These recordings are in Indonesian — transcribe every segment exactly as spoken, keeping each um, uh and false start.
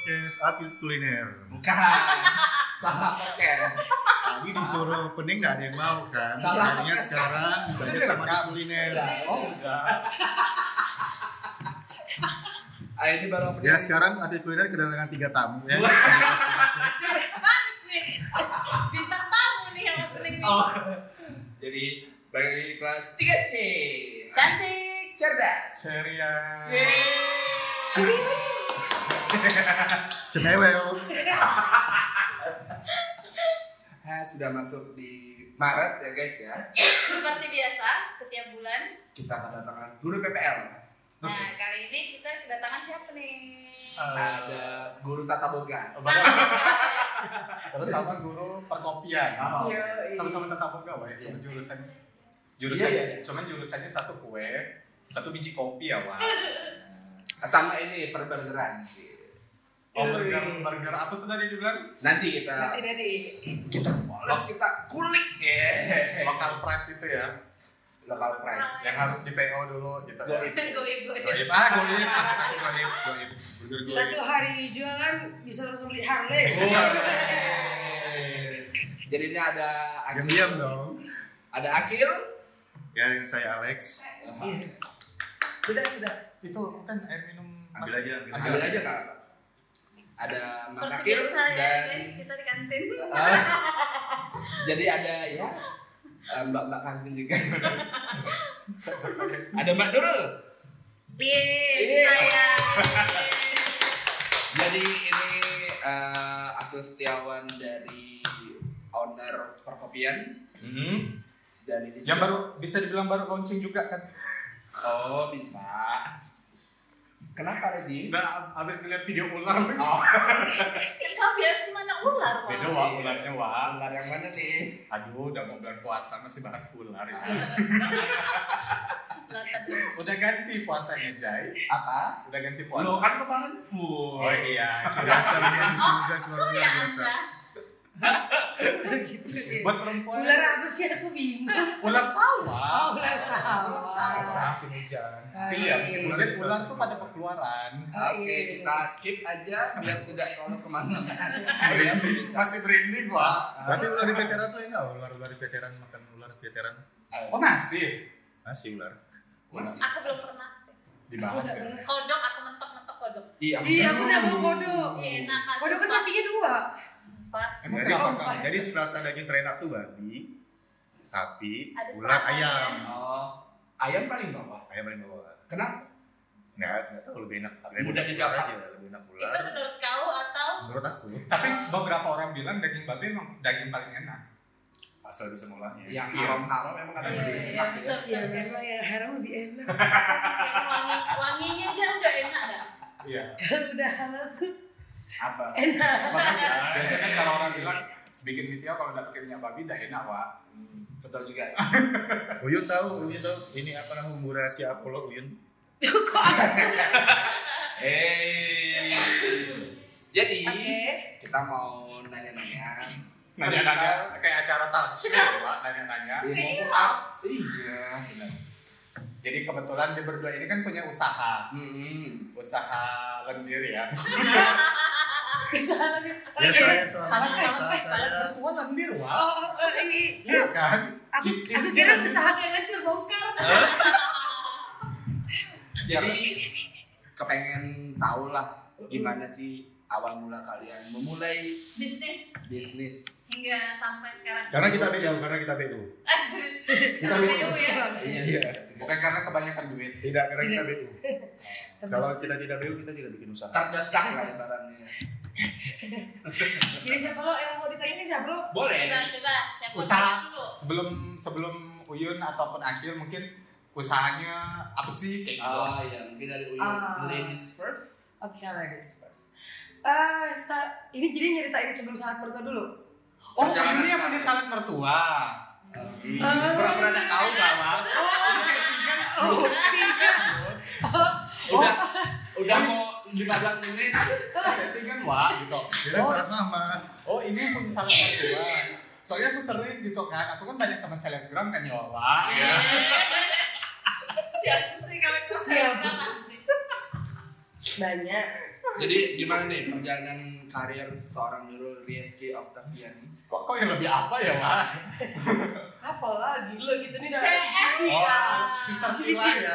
podcast Atlet Kuliner. Bukan. Salah podcast. Tadi disuruh opening nggak ada yang mau kan? Salah Akhirnya podcast. sekarang dibanyak sama Atlet Kuliner. Oh udah. Ah, ini baru opening. Ya sekarang Atlet Kuliner kedatangan tiga tamu ya. Bintang tamu nih yang opening nih. Oh. Jadi balik lagi di kelas tiga C. Cantik. Cerdas. Ceria. Cemewel. Ha, sudah masuk di Maret ya guys ya. Seperti biasa, setiap bulan. Kita kedatangan guru P P L. Nah, kali ini kita kedatangan siapa nih? Ada guru tata boga. Terus sama guru perkopian. Oh. Sama-sama tetap boga, Wak. Cuma jurusan Iya, jurusannya, iya. cuman jurusannya satu kue, satu biji kopi ya, Wak. Sama ini perburgeran. Oh, burger, burger apa tuh tadi dibilang? Nanti kita Nanti dari kita polos, kita kulik ya. Local pride itu ya, Lokal pride. yang harus di P O dulu gitu. Goib. Goib, goib. Goib, ah goib, masih goib, goib. Burger goib. satu hari jualan bisa langsung beli Harley. Jadi ini ada Akil, Diam-diam dong. ada Akil. Ya yang saya Alex. Sudah sudah. Itu kan air minum. Ambil Mas- aja, ambil Ambil aja nggak apa. Ada Mas Seperti Akil biasa ya dan guys, kita di kantin. Ah, jadi ada ya eh, mbak-mbak kantin juga. Ada Mbak Nurul. Yeay, Ini. saya. Jadi ini eh, aku Setiawan dari owner perkopian Hmm. dan ini Yang baru bisa dibilang baru launching juga kan? oh bisa. Kenapa Redi? Udah abis ngeliat video ular wis. Oh, Kau biasa mana ular, Wak? Beda Wak, ularnya Wak. ular yang mana nih? Aduh, udah mau bulan puasa masih bahas ular ini. Ular tadi. Udah ganti puasanya Jai. Apa? Udah ganti puasa. Lo kan kemarin full. Oh iya, kira Biasa ya musim hujan keluar Oh ular ya biasa. Anda. Gitu ya. buat perempuan. Ular apa sih aku bingung. Ular sawah. Oh, ular sawah. Ular sawah musim hujan. Oh, Iya, iya. musim hujan ular tuh pada berkeluaran. Oh, Oke, iya. kita skip aja biar tidak terlalu kemana-mana. Merinding, masih merinding Wak. Tapi ular di veteran tuh enak, ular-ular di veteran makan ular veteran. Oh masih? Masih ular. Masih. Aku belum pernah sih. Dibahas ya. Kodok, aku mentok-mentok kodok. Iya, Iya, aku udah mau kodok. Iya, enak. Kodok kan kakinya dua. Empat. Emang Jadi, kenapa kamu? jadi strata daging terenak tuh babi, sapi, Ada ular, stratanya. ayam. Oh, ayam paling bawah. Ayam paling bawah. Kenapa? Nggak, nggak tahu lebih enak. Lebih Mudah enak didapat. ular aja, lebih enak Itu ular. menurut kau atau Menurut aku, Tapi beberapa orang bilang daging babi emang daging paling enak. asal bisa ngolahnya. Yang Iya. haram-haram emang kadang Iya, lebih iya, enak ya. betul. Iya, memang yang haram lebih enak. Kayaknya wangi, wanginya aja udah enak dah. Iya. Kalau udah halal tuh Apa? enak. Makanya biasanya kan kalau orang bilang bikin mie tiaw kalau udah pakai minyak babi dah enak Wak. Hmm, betul juga. Uyun tahu, Uyun tahu ini apa namanya bumbu rahasia Apollo Uyun. Eh, jadi Oke. kita mau nanya-nanya. Nanya-nanya kayak acara talk show Wak, nanya-nanya. Ini mau up. Iya. Benar. Jadi kebetulan dia berdua ini kan punya usaha. Hmm. Usaha lendir ya. Bisa lagi. Ya saya Salah soalnya salah usaha saya saya. bertua lendir Wak. Oh, oh, ini. Iya kan? Aku, Cis- aku cis- kira gitu. usaha kayak nanti terbongkar. Jadi kepengen tahu lah gimana sih awal mula kalian memulai Bisnis bisnis. hingga sampai sekarang. Karena kita B U, karena kita B U. Anjir. Kita Sampai B U. U ya. Iya. Iya. Bukan karena kebanyakan duit. Tidak, karena kita B U. Terus, Kalau kita tidak B U, kita tidak bikin usaha. Terdesak lah ibaratnya. jadi siapa lo yang mau ditanya ini siapa lo? Boleh. Bebas, bebas. Siapa Usaha tanya dulu? sebelum sebelum Uyun ataupun Akil mungkin usahanya apa sih kayak gitu. Oh iya, mungkin dari Uyun. Ah. Ladies first. Oke, ladies first. Eh, sa- ini jadi nyeritain sebelum saat mertua dulu. Oh, Perjalanan ini yang ke- punya salad mertua. Hmm. Ah. Pernah-pernah ada tahu gak, Wak? Oh, Settingan oh, terus. settingan. Udah udah mau lima belas menit. Settingan, Wak, gitu. Kita salah mama. Oh, ini yang punya salad mertua. Soalnya aku sering gitu kan, aku kan banyak teman selebgram kan ya, Wak. Ya. Siapa sih kalau Siapa? selebgram anjing? Banyak. Jadi gimana nih perjalanan karir seorang Nurul Rieski Octaviani? Kok kok yang lebih apa ya, Wak? Apa lagi lo gitu nih C F. Oh, sister Villa ya.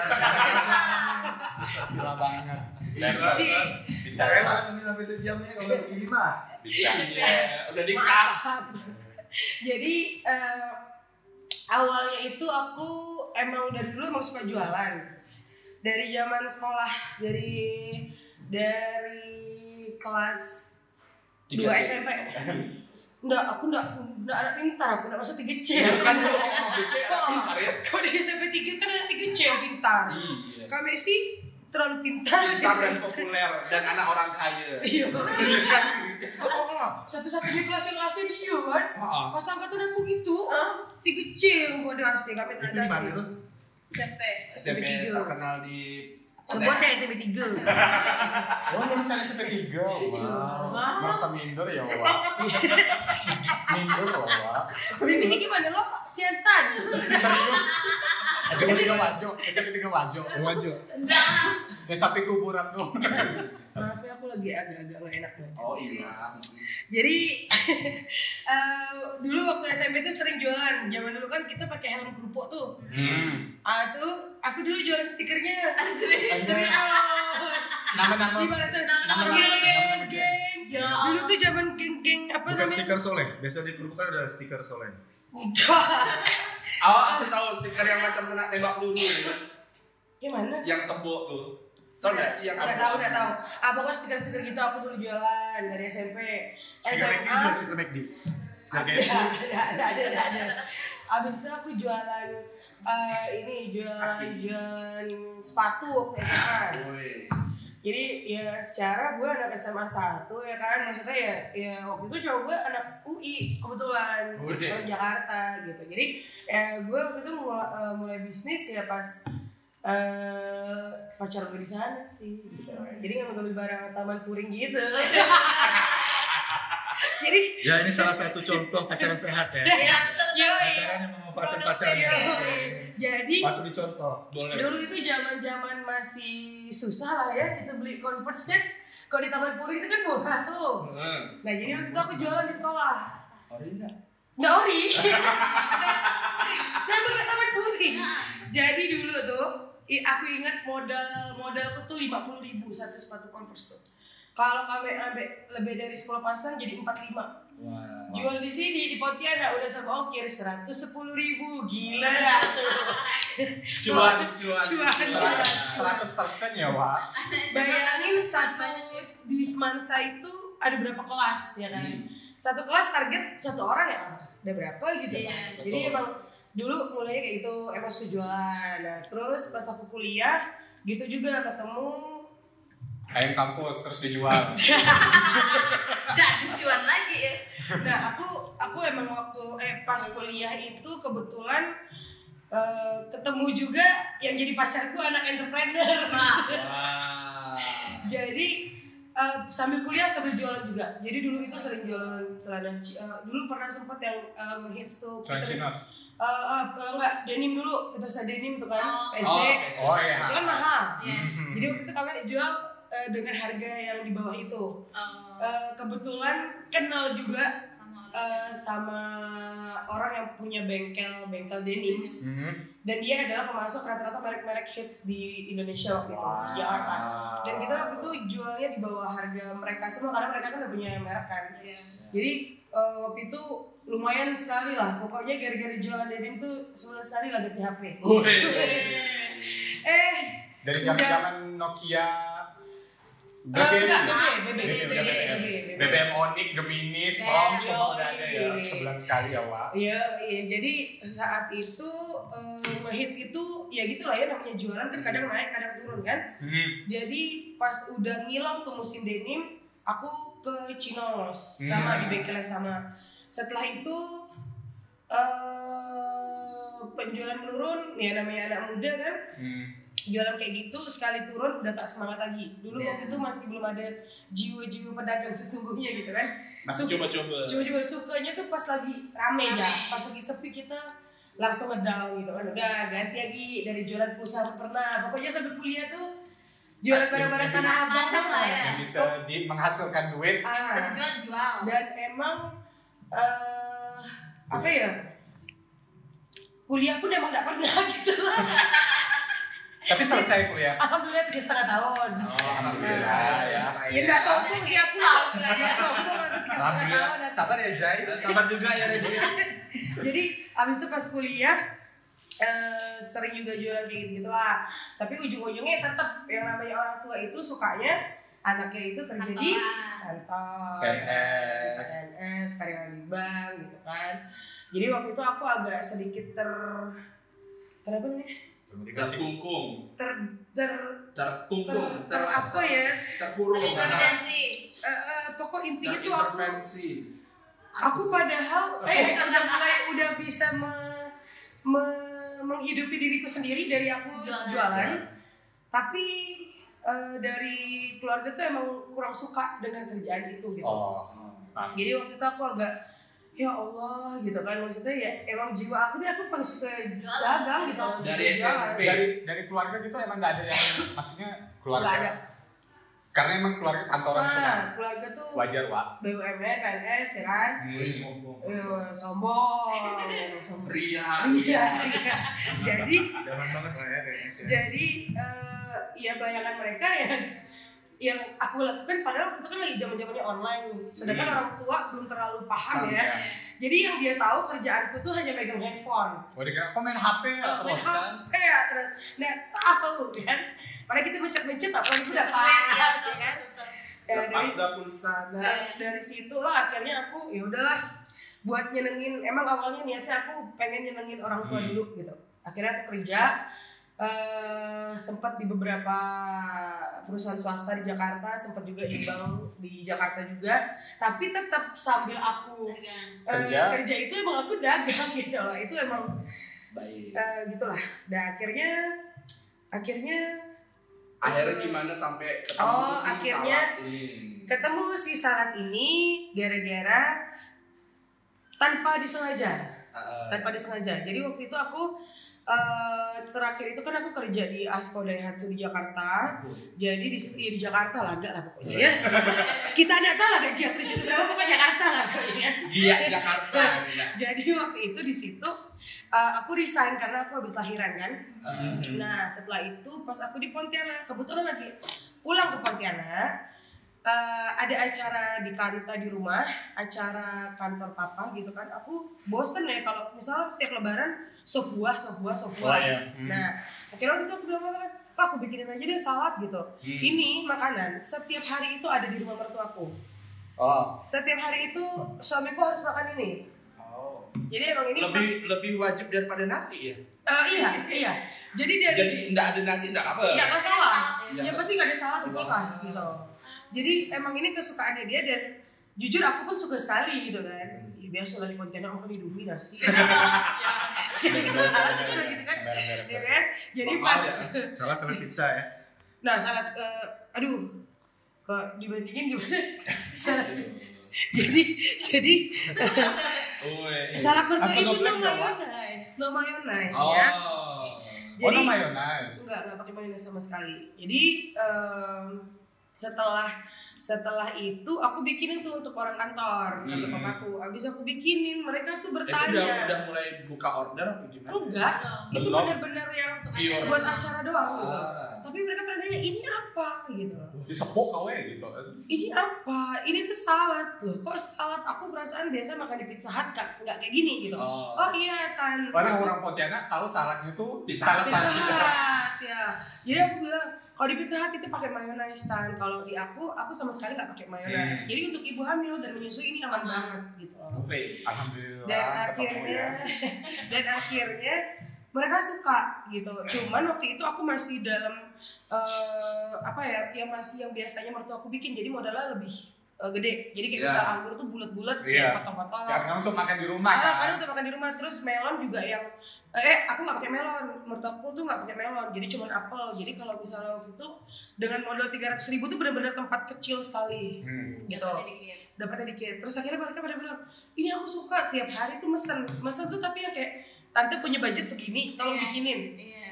Sister Villa banget. Dan bisa Saya sangat sampai sejam ya kalau begini mah. bisa. Iya, udah di-cut. Jadi eh, awalnya itu aku emang dari dulu emang suka jualan. Dari zaman sekolah, dari dari kelas dua S M P. Enggak, aku enggak enggak anak pintar, aku enggak masuk tiga C. Kan lu ngomong B C anak pintar ya? Kau di S M P tiga kan anak tiga C yang pintar. Iya. Kami sih terlalu pintar. Pintar dan populer dan anak orang kaya. Iya. Kan Oh, satu-satunya kelas yang A C dia kan. Heeh. Pas angkatan aku gitu, tiga C yang buat A C, kami tak Itu ada di mana A C. itu? S M P. S M P terkenal di Sebutnya S M P tiga. Oh, lulusan S M P tiga, wow. Merasa minder ya, Wak. Minder loh, Wak. S M P tiga gimana lo? Siantan. Serius. S M P tiga Wajo, S M P tiga Wajo. Wajo. Ya sampai kuburan tuh. Maaf ya, aku lagi agak-agak gak enak nih. Oh iya. Jadi eh, dulu waktu S M P tuh sering jualan. Zaman dulu kan kita pakai helm kerupuk tuh. Hmm. Ah tuh aku dulu jualan stikernya. Anjir. Serius. Nama-nama Lima ratus. nama-nama Geng, nama-nama geng. Ya Dulu tuh zaman geng-geng apa Bukan namanya? stiker soleh. Biasa di kerupuk kan ada stiker soleh. Udah. Oh, aku tahu stiker yang macam kena tembak peluru ya. Yang mana? Yang tembok tuh. Tahu enggak sih yang Nggak tahu, nggak tahu. Ah pokoknya stiker-stiker gitu aku dulu jualan dari S M P. Stiker McD juga stiker McD. Stiker K F C. Ada, ada, ada, ada, ada. Abis itu aku jualan eh, ini jualan Asik. jualan sepatu waktu S M A. Woi. Jadi ya secara gue anak S M A satu ya kan, maksudnya ya, ya waktu itu cowok gue anak U I kebetulan, Wih. orang Jakarta gitu. Jadi ya gue waktu itu mulai, uh, mulai bisnis ya pas uh, pacar gue di sana sih. Gitu. Jadi ngambil barang Taman Puring gitu. Jadi Ya ini salah satu contoh pacaran sehat ya. Iya, betul. yo Pacaran yang memanfaatkan pacarnya. jadi Patut dicontoh. Boleh. dulu itu zaman-zaman masih susah lah ya kita beli Converse nya. Kalau di Taman Puring itu kan murah tuh. Heeh. Nah jadi waktu itu aku jualan di sekolah. Ori enggak? Nggak ori. Nah bukan Taman Puring. Jadi dulu tuh i- aku ingat modal modalku tuh lima puluh ribu satu sepatu Converse tuh. Kalau kami ambil lebih dari sepuluh pasang jadi empat puluh lima. Wah. Jual di sini di Pontianak udah sama ongkir seratus sepuluh ribu. Gila dah tuh. Cuan, cuan. Cuan, cuan. seratus persen ya, Wak. Bayangin satu di Semansa itu ada berapa kelas ya kan? Satu kelas target satu orang ya ada berapa gitu Iya, kan? betul. Jadi emang dulu mulainya kayak gitu, emang suka jualan. Nah terus pas aku kuliah gitu juga ketemu. Ayam kampus terus dijual. Jadi cuan lagi ya. Nah aku aku emang waktu eh pas kuliah itu kebetulan eh, ketemu juga yang jadi pacarku anak entrepreneur. Wah. Jadi eh, sambil kuliah sambil jualan juga. Jadi dulu itu sering jualan celana ci- eh, dulu pernah sempat yang eh, ngehits tuh. Cuan kita- Cinos. Eh, eh, eh, enggak denim dulu, kita saya denim tuh kan, Oh. P S D. Oh, Oh iya. Itu kan mahal. Iya. Mhm. Jadi waktu itu kami jual eh, dengan harga yang di bawah itu. Oh, Eh, kebetulan kenal juga sama eh, sama orang yang punya bengkel bengkel denim Mhm. dan dia adalah pemasok rata-rata merek-merek hits di Indonesia waktu itu Wah. di Jakarta. Dan kita waktu itu jualnya di bawah harga mereka semua karena mereka kan udah punya merek kan. Iya. Jadi eh, waktu itu lumayan sekali lah. Pokoknya gara-gara jualan denim tuh sebulan sekali lah ganti H P. Wih. eh Dari zaman-zaman Nokia B B eh, M, enggak, B B B, B M, B B, B B, B B M Onyx, Gemini, Ya, Strom, semua yoi. udah ada ya. Sebulan sekali ya, Wak. Iya, iya. Jadi saat itu eh, ngehits itu ya gitu lah ya namanya jualan kan kadang naik kadang turun kan. Mhm. Jadi pas udah ngilang tuh musim denim, aku ke Cinos Hmm. sama di bengkel yang sama. Setelah itu eh penjualan menurun, ya namanya anak muda kan. Hmm. Jualan kayak gitu sekali turun udah tak semangat lagi. Dulu Yeah. waktu itu masih belum ada jiwa-jiwa pedagang sesungguhnya gitu kan. Masih Su- coba-coba. Coba-coba sukanya tuh pas lagi rame Rame. ya, pas lagi sepi kita langsung ngedown gitu kan. Udah ganti lagi dari jualan pulsa pernah. Pokoknya sampai kuliah tuh jualan barang-barang tanah abang macam lah ya. Yang bisa di, menghasilkan duit. Bisa ah, dijual jual. dan emang eh apa ya, kuliah pun emang gak pernah gitu lah. Tapi selesai kuliah. Alhamdulillah tiga setengah tahun. Oh, alhamdulillah ya. Ya nggak sombong sih aku lah, nggak sombong aku tiga setengah tahun. Alhamdulillah. Sabar ya Jai. Sabar juga ya Redi. Jadi abis itu pas kuliah eh, sering juga jualan kayak gitu lah. Tapi ujung-ujungnya tetap yang namanya orang tua itu sukanya anaknya itu kerja di kantor, P N S. P N S, karyawan di bank gitu kan. Jadi waktu itu aku agak sedikit ter ter apa namanya? Terkungkung, Ter ter terkungkung, ter, ter apa ya? terkurung, Intimidasi. Eh, eh, pokok intinya tuh aku terintervensi. aku padahal eh udah mulai udah bisa me, me- menghidupi diriku sendiri dari aku Jualan. jualan, tapi eh, dari keluarga tuh emang kurang suka dengan kerjaan itu gitu. Oh. Jadi waktu itu aku agak ya Allah gitu kan, maksudnya ya emang jiwa aku nih aku paling suka dagang gitu. Dari jualan. S M P. Dari dari keluarga gitu emang nggak ada yang maksudnya keluarga. Nggak ada. Karena emang keluarga kantoran semua. Nah, keluarga tuh Wajar, Wak. B U M N, P N S ya kan. Wih, sombong. Eh, sombong, sombong. Ria. Iya, iya. Jadi Zaman banget lah ya kayaknya sih. jadi eh, ya bayangan mereka ya yang aku lakukan padahal waktu itu kan lagi zaman-zamannya online, sedangkan Hmm. orang tua belum terlalu paham Paham, ya. ya. Jadi yang dia tahu kerjaanku tuh hanya megang handphone. Oh, dikira kok main H P ya Main terus kan. H P ya terus nggak tahu kan. Padahal kita mencet-mencet apa itu udah paham ya kan. Ya, dari Lepas dah pulsa. dari, dari situ lah akhirnya aku ya udahlah buat nyenengin, emang awalnya niatnya aku pengen nyenengin orang tua Hmm. dulu gitu. Akhirnya aku kerja eh sempat di beberapa perusahaan swasta di Jakarta, sempat juga di bank di Jakarta juga, tapi tetap sambil aku eh, Kerja. kerja itu emang aku dagang gitu loh. Itu emang Baik. eh, gitulah. Dan akhirnya akhirnya Akhirnya gimana sampai ketemu Oh, si akhirnya salad ini? ketemu si Salat ini gara-gara tanpa disengaja. Uh, Tanpa disengaja. Jadi waktu itu aku eh, terakhir itu kan aku kerja di Asko Daihatsu di Jakarta. Jadi di situ ya di Jakarta lah, agak lah pokoknya ya. Kita nggak tahu lah gaji aku di situ berapa, pokoknya Jakarta lah pokoknya. Dia Jakarta. Dia. Jadi waktu itu di situ eh, aku resign karena aku habis lahiran kan. Uh, Nah setelah itu pas aku di Pontianak, kebetulan lagi pulang ke Pontianak, eh, ada acara di kantor di rumah, acara kantor papa gitu kan. Aku bosen ya kalau misalnya setiap lebaran sop buah, sop buah, sop buah. Oh, iya. Hmm. Nah akhirnya waktu itu aku bilang apa kan, Pak aku bikinin aja deh salad gitu. Hmm. Ini makanan setiap hari itu ada di rumah mertuaku. Oh. Setiap hari itu suamiku harus makan ini. Oh. Jadi emang ini Lebih lebih wajib daripada nasi ya. Eh, iya iya. Jadi dari Jadi enggak ada nasi enggak apa. nggak masalah. Iya. Yang penting gak ada salad di kulkas gitu. Jadi emang ini kesukaannya dia dan jujur aku pun suka sekali gitu kan. Ya biasa lah di Pontianak makan Indomie nasi. Sekali kita salad sih udah gitu kan. Ya kan? Jadi Mahal pas ya? Salah sama pizza ya. nah salad eh, aduh kok dibandingin gimana? Salad. Jadi jadi Woi. salad mertua Langsung itu no ngeblend ya, Wak? mayonnaise, no mayonnaise Oh. ya. Oh, Jadi no mayonnaise. enggak, enggak pakai mayonnaise sama sekali. Jadi em, setelah setelah itu aku bikinin tuh untuk orang kantor, kata Hmm. papaku. Abis aku bikinin, mereka tuh Itu udah bertanya. udah mulai buka order apa gimana? Enggak, itu Belum. benar-benar yang Pure. buat acara doang gitu. Ah. Tapi mereka pernah nanya, ini apa gitu loh. Disepuk kau ya gitu. Ini apa? Ini tuh salad loh. Kok salad? Aku perasaan biasa makan di Pizza Hut kan, nggak kayak gini gitu. Oh. Oh iya tan. Orang orang Pontianak tahu saladnya tuh Di salad Pizza pagi. Hut ya. Jadi aku bilang kalau di Pizza Hut itu pakai mayonnaise tan. Kalau di aku aku sama sekali nggak pakai mayonnaise. Hmm. Jadi untuk ibu hamil dan menyusui ini aman banget gitu. Oke. Alhamdulillah. Dan ketemu akhirnya ya. dan akhirnya mereka suka gitu. Cuman waktu itu aku masih dalam eh, apa ya? Yang masih yang biasanya mertua aku bikin. Jadi modalnya lebih eh, gede. Jadi kayak Iya. misal anggur tuh bulat-bulat, Iya. kayak potong-potong. Karena untuk makan di rumah Ah, kan. karena untuk makan di rumah. Terus melon juga yang eh aku nggak pakai melon, menurut aku tuh nggak pakai melon, jadi cuma apel. Jadi kalau misalnya waktu itu dengan modal tiga ratus ribu tuh benar-benar tempat kecil sekali Hmm. gitu, dapatnya dikit. Terus akhirnya mereka pada bilang ini aku suka, tiap hari tuh mesen mesen tuh tapi yang kayak tante punya budget segini tolong Iya. bikinin. Iya.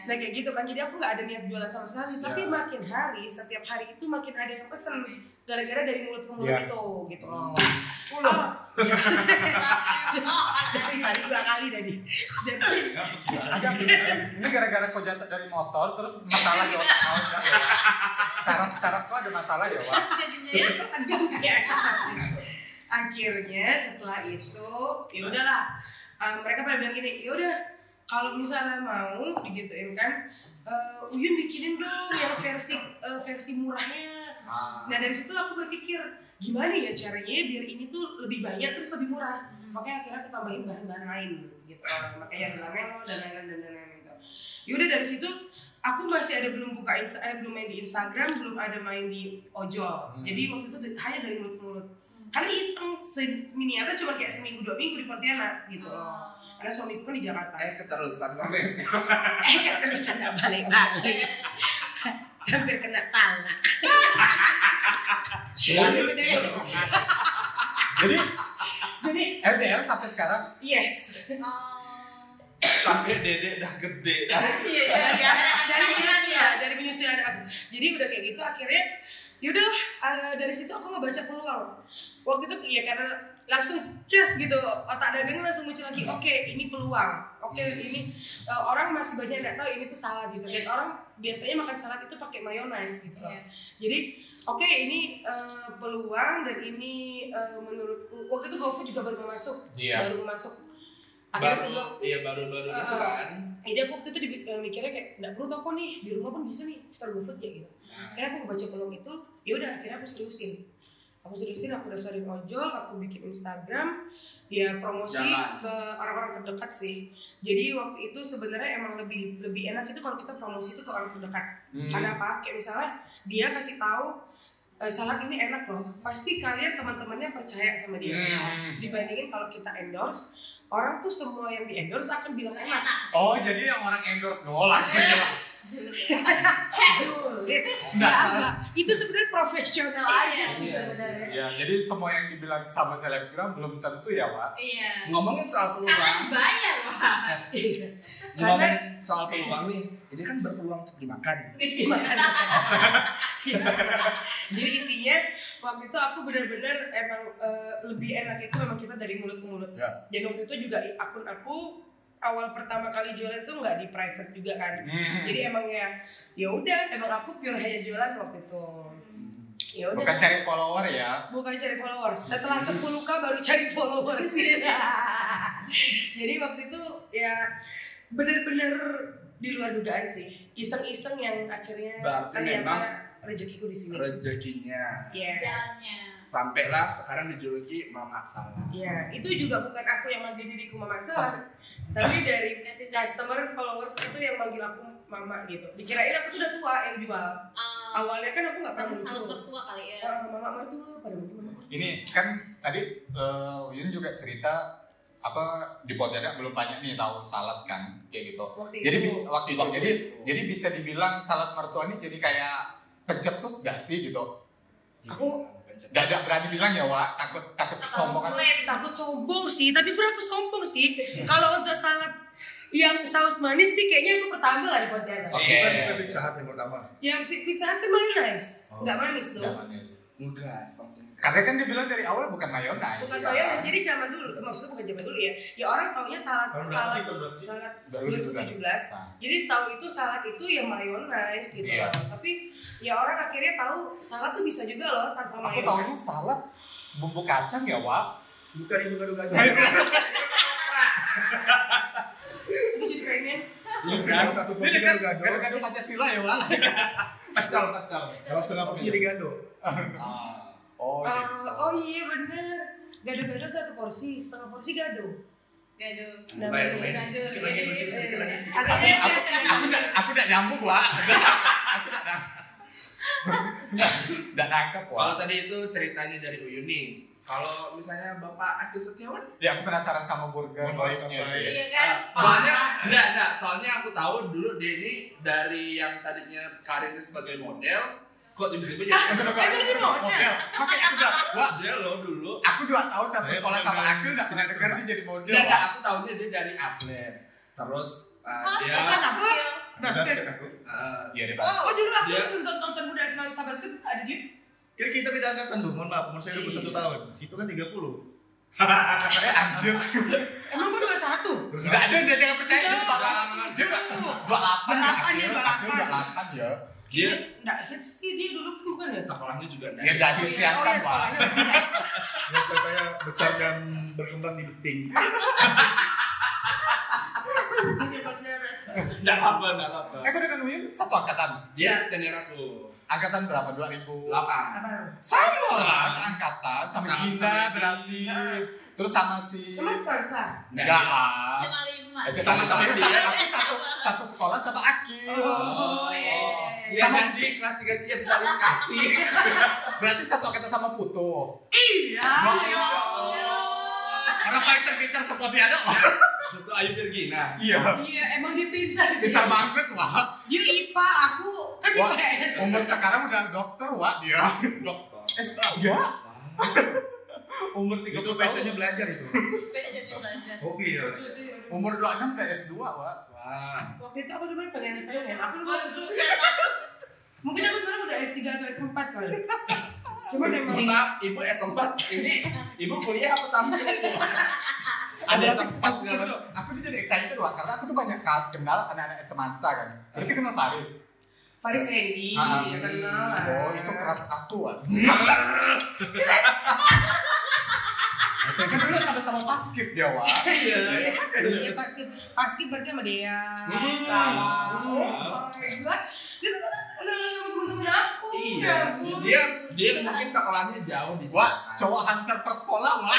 Nah kayak gitu kan, jadi aku nggak ada niat jualan sama sekali. Tapi Ya. makin hari, setiap hari itu makin ada yang pesen gara-gara dari mulut ke mulut Ya. itu gitu loh. Ulo. Oh, ya. Dari tadi dua kali tadi. Jadi Agak ini gara-gara kau jatuh dari motor terus masalah di otak kau enggak ya? Saraf-saraf kau ada masalah ya, Wak? Jadinya ya. tegang kayak akhirnya setelah itu ya udahlah, uh, mereka pada bilang gini, ya udah kalau misalnya mau digituin kan, uh, Uyun bikinin dong yang versi uh, versi murahnya. Ah. Nah dari situ aku berpikir gimana ya caranya biar ini tuh lebih banyak terus lebih murah. Makanya akhirnya aku tambahin bahan-bahan lain gitu. Makanya ada lamelo dan lain-lain dan lain-lain gitu. Yaudah dari situ aku masih ada belum buka insta, eh, belum main di Instagram, belum ada main di ojol. Hmm. Jadi waktu itu hanya dari mulut ke mulut. Karena iseng, miniatnya cuma kayak seminggu dua minggu di Pontianak gitu loh. Karena suamiku kan di Jakarta. Eh keterusan sampai sekarang. Eh kan terusan gak balik-balik. Hampir kena talak. Jadi Jadi L D R sampai sekarang yes. Sampai dedek dah gede. Iya, dari iya. dari penyusuan dari penyusuan aku. Jadi udah kayak gitu akhirnya yaudah uh, dari situ aku ngebaca peluang. Waktu itu ya karena langsung ces gitu otak dagang langsung muncul lagi. Oke okay, ini peluang. Oke okay, ini uh, orang masih banyak nggak tahu ini tuh salad gitu. Dan orang biasanya makan salad itu pakai mayonnaise gitu. Iya. Jadi oke okay, ini uh, peluang dan ini uh, menurutku waktu itu GoFood juga baru mau masuk. Iya. Baru mau masuk. Baru, Akhirnya iya baru-baru Uh, itu kan. jadi aku waktu itu di, uh, mikirnya kayak nggak perlu toko nih, di rumah pun bisa nih daftar GoFood kayak gitu. Akhirnya aku baca peluang itu, ya udah akhirnya aku seriusin. Aku seriusin, aku daftarin ojol, aku bikin Instagram, ya promosi Jalan. ke orang-orang terdekat sih. Jadi waktu itu sebenarnya emang lebih lebih enak itu kalau kita promosi itu ke orang terdekat. Hmm. Karena apa? Kayak misalnya dia kasih tahu e, salad ini enak loh, pasti kalian teman-temannya percaya sama dia. Hmm. Dibandingin kalau kita endorse, orang tuh semua yang di endorse akan bilang enak. Oh, jadi yang orang endorse oh langsung ya. Julid. Nggak Nggak, salah. nggak. Itu sebenarnya profesional aja sih Iya. sebenarnya. Ya, jadi semua yang dibilang sama selebgram belum tentu ya, Wak. Iya. Ngomongin soal Karena peluang. dibayar, Pak. Iya. Ngomongin soal peluang nih. Ini kan berpeluang untuk dimakan. Dimakan. Iya. Jadi intinya waktu itu aku benar-benar emang eh, lebih enak itu memang kita dari mulut ke mulut. Ya. Dan waktu itu juga akun aku awal pertama kali jualan itu nggak di private juga kan. Hmm. Jadi emang ya ya udah emang aku pure hanya jualan waktu itu. Ya udah. Bukan cari follower ya. Bukan cari followers. Setelah sepuluh k baru cari followers. Jadi waktu itu ya bener-bener di luar dugaan sih. Iseng-iseng yang akhirnya Berarti ternyata memang rezekiku di sini. Rezekinya. Yes. Jalannya. Sampailah sekarang dijuluki Mama Salah. Ya, itu juga bukan aku yang manggil diriku Mama Salah, tapi dari Netizen. customer followers itu yang manggil aku Mama gitu. Dikirain aku tuh udah tua yang jual. Ah, Awalnya kan aku nggak pernah Kamu selalu muncul. bertua kali ya. Ah, Mama mertua pada mungkin Mama. Ini kan tadi uh, Uyun juga cerita apa di Pontianak belum banyak nih tahu salad kan kayak gitu. Waktu Jadi itu. bis, waktu itu Waktu jadi itu. jadi bisa dibilang salad mertua ini jadi kayak pencetus gak sih gitu? Aku Gak ada berani bilang ya, Wak, takut takut kesombongan. takut sombong sih, tapi sebenarnya aku sombong sih. Kalau untuk salad yang saus manis sih kayaknya aku pertama lah di Pontianak. Oke. Bukan bukan Pizza Hut yang pertama. Yang pizza hut kan mayonnaise, Oh. nggak manis Gak tuh. manis. Enggak, langsung. Karena kan dibilang dari awal bukan mayonnaise. Bukan ya. mayonnaise, jadi zaman dulu, maksudnya bukan zaman dulu ya. Ya orang taunya salad Tahun berapa salad sih? Tahun berapa sih? salad dua dua ribu ribu tujuh tujuh belas. Nah, Jadi tahu itu salad itu ya mayonnaise gitu Iya. loh. Tapi ya orang akhirnya tahu salad tuh bisa juga loh tanpa aku taunya mayonnaise. salad bumbu kacang ya, Wak. Bukan itu gado-gado. Itu jadi pengen. Kalau satu porsi Ini kan gado-gado, gado-gado Pancasila ya, Wak. Pecel, pecel. kalau setengah porsi jadi gado. Ah. Oh, Eh, gitu. oh iya bener. Gado-gado satu porsi, setengah porsi gado. Gado. Nah, Main, bener. main. Sedikit lagi, lucu, sedikit lagi. sedikit Agak lagi. aku, aku udah aku udah nyambung, Wak. Aku udah nang- udah nangkep, Kalau Wak. tadi itu ceritanya dari Uyun nih. Kalau misalnya Bapak Agus Setiawan, Ya aku penasaran sama burger Mohon maaf, boy-nya sampai- sih. Iya kan? ah, soalnya enggak, enggak, soalnya aku tahu dulu dia ini dari yang tadinya karirnya sebagai model, kok tiba-tiba jadi Bener banget. Emang dia model? Model. Makanya aku bilang, Wak, model loh dulu. aku dua tahun satu Saya sekolah sama pernah aku nggak pernah sinetron, dengar Pak. dia jadi model. Enggak, enggak, Wak. aku tahunya dia dari atlet. Terus uh, Oh, dia itu apa? Basket aku. Eh, Iya dia basket. Oh dulu aku Dia- nonton nonton Buda Semangat Sabar itu ada dia. Kira kita beda angkatan dong, mohon maaf, umur saya dua puluh satu tahun. Situ kan tiga puluh. Eh anjir. Emang gua dua puluh satu. Terus Enggak ada dia jangan percaya dia Iya. bakal dia enggak semua dua puluh delapan dua puluh delapan, dia dua puluh delapan. dua puluh delapan ya. dia Nggak hits sih dia dulu kan bukan ya? sekolahnya juga Ya dari Oh, iya, siapa oh, iya, Pak? sekolahnya berbeda. biasa saya besar dan berkembang di beting. nggak apa nggak apa Eh kau dengan Uyun satu angkatan. dia senior aku Angkatan berapa? dua ribu delapan Apa? Sama lah seangkatan sama Sama- Gina sama berarti. Nah. Terus sama si Sama Sparsa. enggak lah. Sama lima. Eh, Sama sama tapi teman sama dia. tapi satu satu sekolah sama Akil. Oh, iya. dia Sama- jadi kelas tiga dia tadi kasih Berarti satu angkatan sama Putu. Iya. Wah, ya ya Allah. Orang paling terpintar seperti ada lah. itu Ayu Virgina Iya. Iya, emang dia pintar sih. Pintar banget wah. Dia I P A, aku kan Wah, I P S. umur sekarang udah dokter wah dia. dokter S tiga. Umur tiga Itu puluh passionnya tahun. belajar itu. Passionnya belajar. Hobi ya. Umur dua puluh enam udah S dua wah. wah Waktu itu aku sebenarnya pengen pengen. Aku juga mungkin aku sekarang udah S tiga atau S empat kali. Cuma memang mohon maaf ibu S empat ini ibu kuliah apa Samsung ada S empat Aku segala tuh, aku tuh jadi excited wah karena aku tuh banyak kenal anak-anak Semansa kan. Jadi kenal Faris. Faris Hendy, Ah, ya kenal lah. Oh itu keras aku wah. Kan dulu sama-sama basket dia wah. iya Iya pasti pasti berarti sama dia. Hmm. Lala. Hmm. Oh my god. Dia tuh kenal sama temen-temen aku. iya Ya ampun. dia dia mungkin sekolahnya jauh di Wah, sana. cowok hunter per sekolah wah.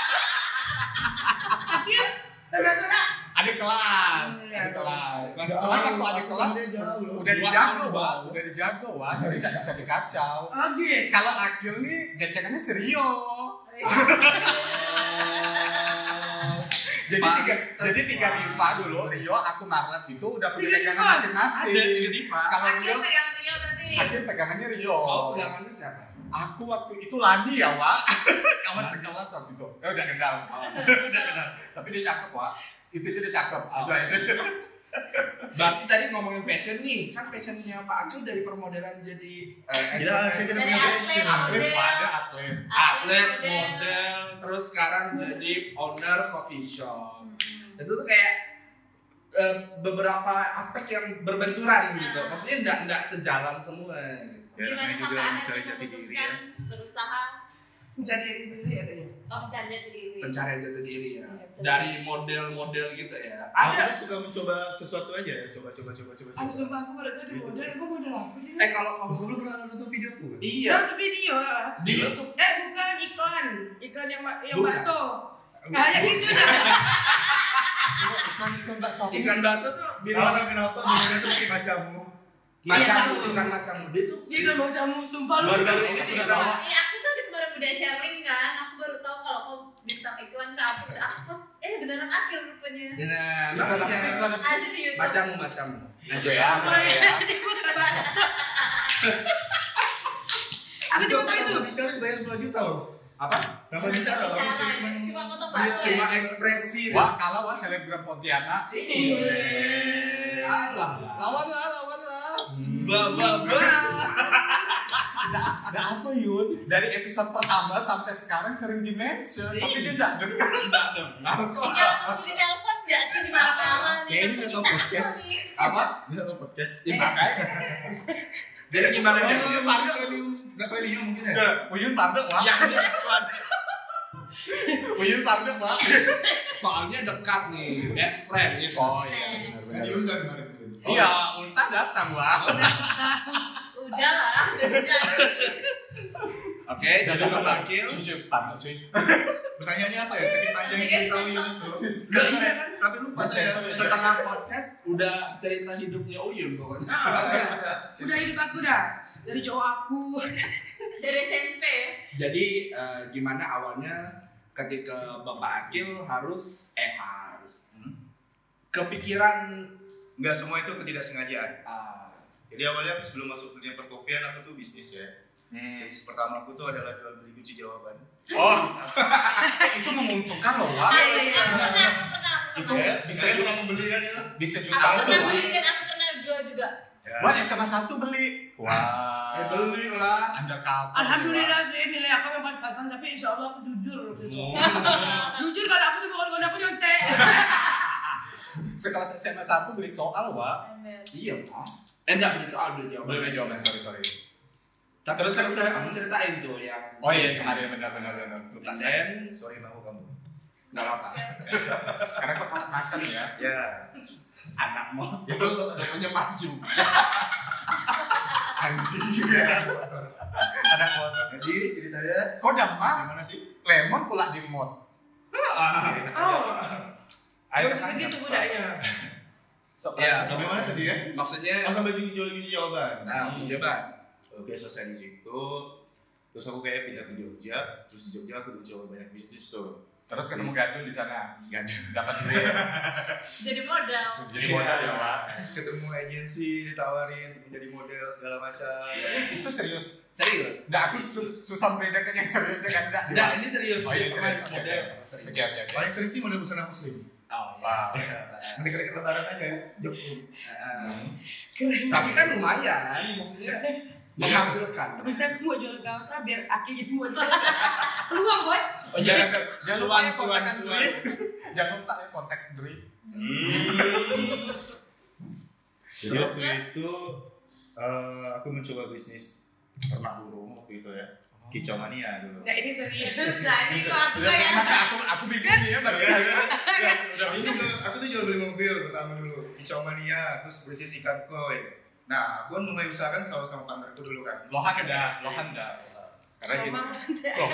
Akhir termasuk Adik kelas, Hmm, adik kelas. Jauh, Soalnya waktu adik kelas dia jauh loh. udah dijaga Dua wah, tahun. udah dijaga wah, jadi nggak bisa dikacau. Oh gitu. Kalau Akil nih gecengannya serius. Jadi Pantes, tiga, jadi tiga Wah. Riva dulu, Rio, aku Marlet itu udah punya Tiga pegangan Riva? ada tiga masing-masing. diva Kalau Akhir Rio, pegang Rio berarti. Akil pegangannya Rio. oh pegangannya siapa Aku waktu itu Lani ya, Wak. Kawan sekelas waktu itu. Ya udah kenal. Udah kenal. Tapi dia cakep, Wak. Itu dia cakep. Oh. Udah itu. berarti tadi ngomongin fashion nih kan fashionnya Pak Akil dari permodelan jadi eh, Gila, saya tidak Dari punya atlet, passion. Atlet, Model. Wak, ada atlet. atlet, model. model, terus sekarang jadi owner coffee shop. Hmm. Itu tuh kayak eh, beberapa aspek yang berbenturan gitu. Maksudnya enggak enggak sejalan semua gitu. Ya, Gimana namanya sampai juga mencari akhirnya jati diri ya. memutuskan berusaha Mencari diri sendiri adanya. oh, mencari jati diri. Pencarian jati diri ya. Iya, betul. Dari model-model gitu ya. Aku Ada tuh suka mencoba sesuatu aja ya, coba coba coba coba Aku coba. sumpah aku baru tadi model, aku model apa dia? eh kalau kamu Aku belum pernah nonton videoku kan? iya Nonton video ah. di YouTube Eh bukan iklan, iklan yang ma- yang Bukan. bakso. Kayak gitu dah. Iklan-iklan Mbak Sofi. iklan bakso tuh Tahu bilang kan kenapa modelnya tuh pakai kacamu? macam Iya, tahu. bukan macam dia tuh Dia kan mau jamu sumpah lu. baru-baru ini Terus bisa kalau- iya, aku tuh di- baru udah sharing kan, aku baru tahu kalau kau bintang iklan ke aku, aku pas eh beneran Akhil rupanya. nah Iklan apa sih? Iklan apa sih? Ada di YouTube. macammu macammu Itu ya, Oh iya, ya. dia bukan bakso. Aku Itu cuma aku tahu itu. tambah bicara bayar dua juta loh. apa Tambah bicara loh, Bicara, cuma cuma potong bakso ya. cuma ekspresi Wah, kalau wah selebgram Pontianak. iya alah Lawan lah, lawan lah. ba ba ba Ada apa Yun? Dari episode pertama sampai sekarang sering di-mention, tapi dia enggak dengar. enggak dengar kok Tinggal di telepon nggak sih di mana-mana nih. Kayaknya Langsung dia tahu kita podcast. nih. apa Bisa nonton podcast. ya makanya jadi gimana Oh, ya iya, nggak premium, nggak premium mungkin ya. Uyun tardek lah. yang dia iklan Uyun tardek lah. soalnya dekat nih best friend gitu Oh iya, benar benar. Diundang kemarin. Iya, Ulta datang wah. Udah lah, jadi jadi. oke jadi Pak Akil Cuy, cuy, tardek cuy. Pertanyaannya apa ya? Sakit panjang yang cerita Uyun itu. Nggak, iya kan? Sampai lupa saya. setengah podcast udah cerita hidupnya Uyun pokoknya Udah hidup aku dah. Dari cowok aku. Dari S M P. jadi eh, gimana awalnya ketika Bapak Akil harus eh harus hmm, kepikiran Enggak semua itu ketidaksengajaan. ah, Jadi awalnya aku sebelum masuk dunia perkopian aku tuh bisnis ya. Bisnis pertama aku tuh adalah jual beli kunci jawaban. Oh, itu menguntungkan loh wah. Iya, iya, Aku iya. pernah, aku pernah, aku Itu pernah. Ya, bisa saya juga pernah membeli kan itu. bisa Aku juta pernah loh. beli dan aku pernah jual juga. Ya. Wah, S M A satu beli. Wah. Eh beli lah. Undercover. Alhamdulillah sih nilai aku yang pas-pasan, tapi insya Allah aku jujur waktu itu. Oh. Jujur kalau aku sama kawan-kawan aku nyontek. Sekelas S M A satu beli soal, Wak. Iya, Pak. Eh enggak beli soal beli jawaban. Beli jawaban, sorry sorry. Tapi Terus, terus terus, kamu ceritain tuh yang Oh iya kemarin benar-benar benar. Lupa Dan saya. Sorry mau kamu. enggak apa. Karena kok telat makan ya. Ya. Anak mau Itu punya maju. Anjing juga. Anak motor. jadi ceritanya Kok dampak? gimana sih? Lemon pula di mod. Oh, Air harus begitu budaya. Sok Ya. Sampai mana tadi ya? Maksudnya Oh, sampai jual kunci jawaban. nah, coba. Oke, selesai di situ. Terus aku kayak pindah ke Jogja. Terus di Jogja aku mencoba banyak bisnis tuh. Terus ketemu Gandul di sana. Gak ada. Dapat duit. Jadi modal. Jadi modal ya, Pak. Ketemu agensi, ditawarin untuk menjadi model segala macam. Itu serius. Serius? Nggak, aku su- susah membedakan yang seriusnya kan enggak. Enggak, ini serius. Oh iya Ini serius. pemain Oke, model. oke. Serius. Oke, oke, oke. Paling sering sih model busana muslim. Oh, Wow. iya. Dekat-dekat lebaran aja ya. Jog. Heeh. Keren. Tapi kan lumayan, maksudnya menghasilkan. Habis itu aku mau jual kaos biar Aki jadi model. Peluang, boy. Oh Jangan iya. jangan lupa Cuan, ya cuan, kontak cuan. Dri. Jangan lupa ya kontak Dri. Jadi waktu itu eh, aku mencoba bisnis ternak burung waktu itu ya. Kicau mania dulu. Nah, ini serius. Nah, ini kok aku Udah kayak maka aku aku bingung nih ya bagi Udah aku tuh jual- aku tuh jual beli mobil pertama dulu. Kicau mania, terus bisnis ikan koi. Nah, aku kan mulai usahakan selalu sama partnerku dulu kan. Lohan dah, Lohan dah. Karena Sama. gitu. So,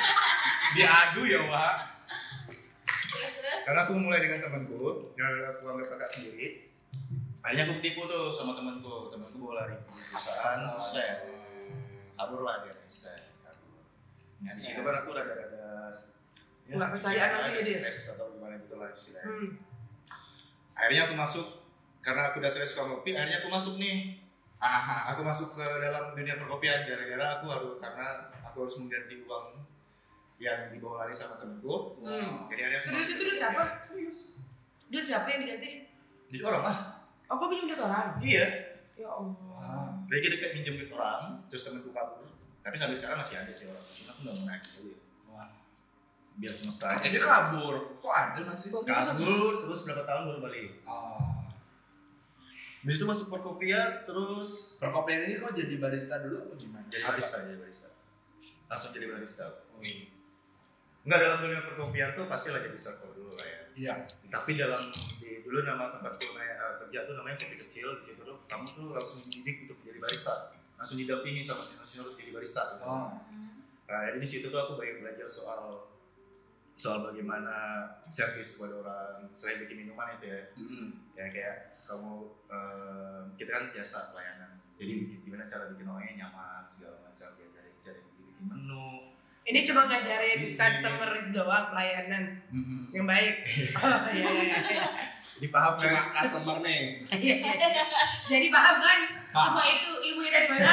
diadu ya, Wak. Karena aku mulai dengan temanku, yang aku anggap kakak sendiri. Akhirnya aku ketipu tuh sama temanku. Temanku bawa lari ke perusahaan, set. Kabur lah dia, set. Kabur. Nah, di situ kan aku rada-rada ya, Nggak percayaan ya, lagi ada dia. stres atau gimana gitu lah istilahnya. Hmm. Akhirnya aku masuk, karena aku dasarnya suka ngopi, akhirnya aku masuk nih. Aha. Aku masuk ke dalam dunia perkopian gara-gara aku harus karena aku harus mengganti uang yang dibawa lari sama temenku. Hmm. Jadi akhirnya aku Serius masuk itu ke duit siapa? perkopian. Serius. Duit siapa yang diganti? Jadi orang lah. Oh, kok pinjam duit orang? Iya. Ya Allah. Jadi kita kayak minjem duit orang, terus temenku kabur. Tapi sampai sekarang masih ada sih orang. Cuma aku nggak mau nagih aja. Wah. Biar semesta aja. Jadi kabur. Kok ada masih kok Kabur, terus berapa tahun baru balik. Oh. Habis itu masuk perkopian, terus Perkopian ini kok jadi barista dulu apa gimana? jadi barista, jadi barista. Langsung jadi barista. Enggak, dalam dunia perkopian tuh pasti lah jadi server dulu lah ya. Iya. Tapi dalam di dulu nama tempatku uh, kerja tuh namanya kopi kecil. Di situ tuh kamu tuh langsung dididik untuk jadi barista, langsung didampingi sama senior-senior untuk jadi barista. Gitu. Oh. Nah, jadi di situ tuh aku banyak belajar soal soal bagaimana servis kepada orang selain bikin minuman itu ya. Mm-hmm. Ya kayak kamu uh, kita kan biasa pelayanan. Jadi gimana cara bikin orangnya nyaman segala macam, ya dari cara bikin menu. Ini cuma ngajarin Bisnis. customer doang pelayanan Mm-hmm. yang baik. Oh iya iya. iya. Jadi paham kan? Cuma customer nih. Iya, iya, iya. Jadi paham kan? Semua itu ilmu dari mana?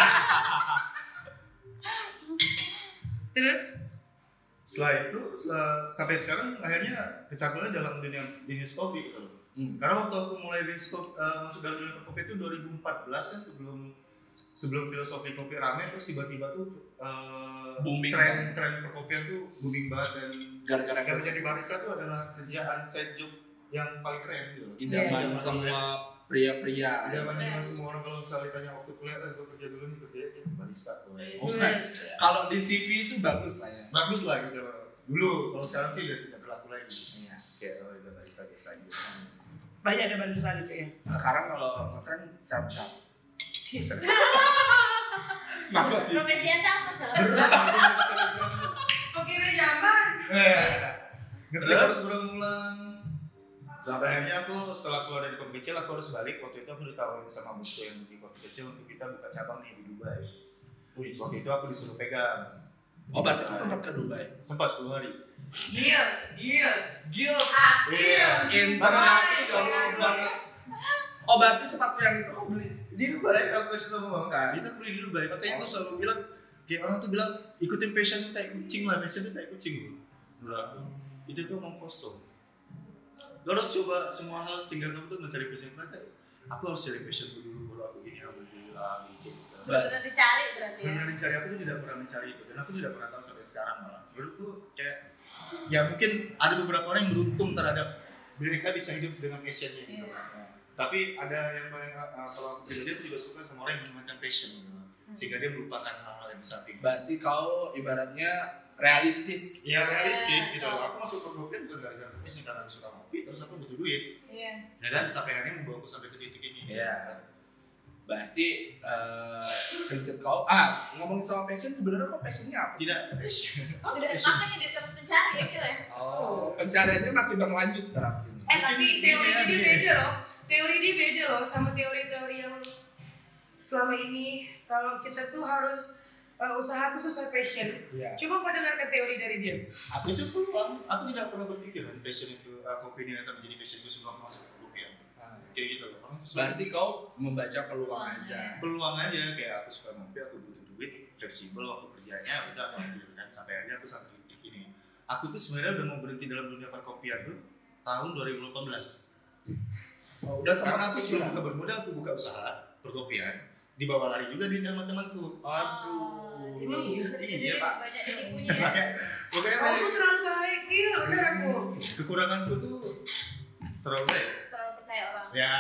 Terus? Setelah itu setelah, sampai sekarang akhirnya kecangkulan dalam dunia bisnis kopi gitu loh. Hmm. Karena waktu aku mulai bisnis kopi, uh, masuk dalam dunia kopi itu dua ribu empat belas ya, sebelum sebelum filosofi kopi rame, terus tiba-tiba tuh uh, Booming. tren tren perkopian tuh booming banget, dan Gara-gara karena jadi barista tuh adalah kerjaan side job yang paling keren gitu loh. idaman Iya, semua pria-pria. Idaman dimana semua orang kalau misalnya ditanya waktu kuliah, eh gue kerja dulu nih, kerja aja barista tuh. Oh, kan. Kalau di C V itu bagus lah ya. Bagus lah gitu loh. Dulu, kalau sekarang sih udah tidak berlaku lagi. Iya. Kayak oh, udah barista biasa aja. Banyak ada barista gitu ya. Sekarang kalau ngetren self-help. Masa sih? Profesi Anda apa salah? Kok kira zaman? Eh, ngetik harus berulang. Sampai akhirnya aku setelah keluar dari kopi kecil, aku harus balik. Waktu itu aku ditawarin sama bosku yang di kopi kecil untuk kita buka cabang nih di Dubai. Waktu itu aku disuruh pegang. Oh, berarti kau sempat ke Dubai? Sempat sepuluh hari. Gils, gils. Gils. Iya. Internasional banget. Oh, berarti sepatu yang itu kau beli? Di Dubai, aku kasih sama bang. Nah. Kita beli di Dubai. Makanya aku selalu bilang, kayak orang tuh bilang ikutin passion tuh kayak kucing lah, passion tuh kayak kucing. Itu tuh omong kosong. Lo harus coba semua hal sehingga kamu tuh mencari passion. Mereka aku harus cari passion dulu baru aku gini aku bilang di sini segala macam. Benar dicari berarti ya. Benar dicari, aku tuh tidak pernah mencari itu dan aku tidak pernah tahu sampai sekarang malah. Menurutku kayak ya mungkin ada beberapa orang yang beruntung terhadap mereka bisa hidup dengan passionnya gitu. Iya. Tapi ada yang paling uh, kalau aku pribadi aku juga suka sama orang yang menggunakan passion gitu. Sehingga dia melupakan hal-hal yang di samping. Berarti kau ibaratnya realistis. Ya realistis Iya, gitu betul. loh. Aku masuk ke kopi bukan gara-gara passion karena aku suka ngopi, terus aku butuh duit. Iya. Ya kan sampai akhirnya membawa aku sampai ke titik ini. Iya. Berarti uh, prinsip kau, ah ngomongin soal passion sebenarnya kau passionnya apa? Tidak ada passion. Apa Sudah passion? makanya dia terus mencari ya Kil ya. Oh, pencariannya masih berlanjut berarti. Eh tapi Mungkin teori dia- dia dia- beda loh. Teori dia beda loh sama teori-teori yang selama ini kalau kita tuh harus uh, usaha tuh sesuai passion. Iya. Coba kau dengarkan teori dari dia. Aku itu peluang, aku tidak pernah berpikir kan passion itu, uh, kopi ini akan menjadi passion itu sebelum aku masuk ke kopi. Ah. Kayak gitu loh. Aku tuh Berarti kau membaca peluang aja. peluang aja kayak aku suka ngopi, aku butuh duit, fleksibel waktu kerjanya, udah aku ambil kan sampai akhirnya aku sampai di titik ini. Aku tuh sebenarnya udah mau berhenti dalam dunia perkopian tuh tahun dua ribu delapan belas. Oh, udah sama Karena aku sebelum buka bermuda aku buka usaha perkopian, dibawa lari juga di sama temanku. Aduh. Emang iya? Iya, Pak. Banyak tipunya ya. Pokoknya Kamu terlalu baik, Gil, bener aku. kekuranganku tuh terlalu baik. Terlalu percaya orang. Ya.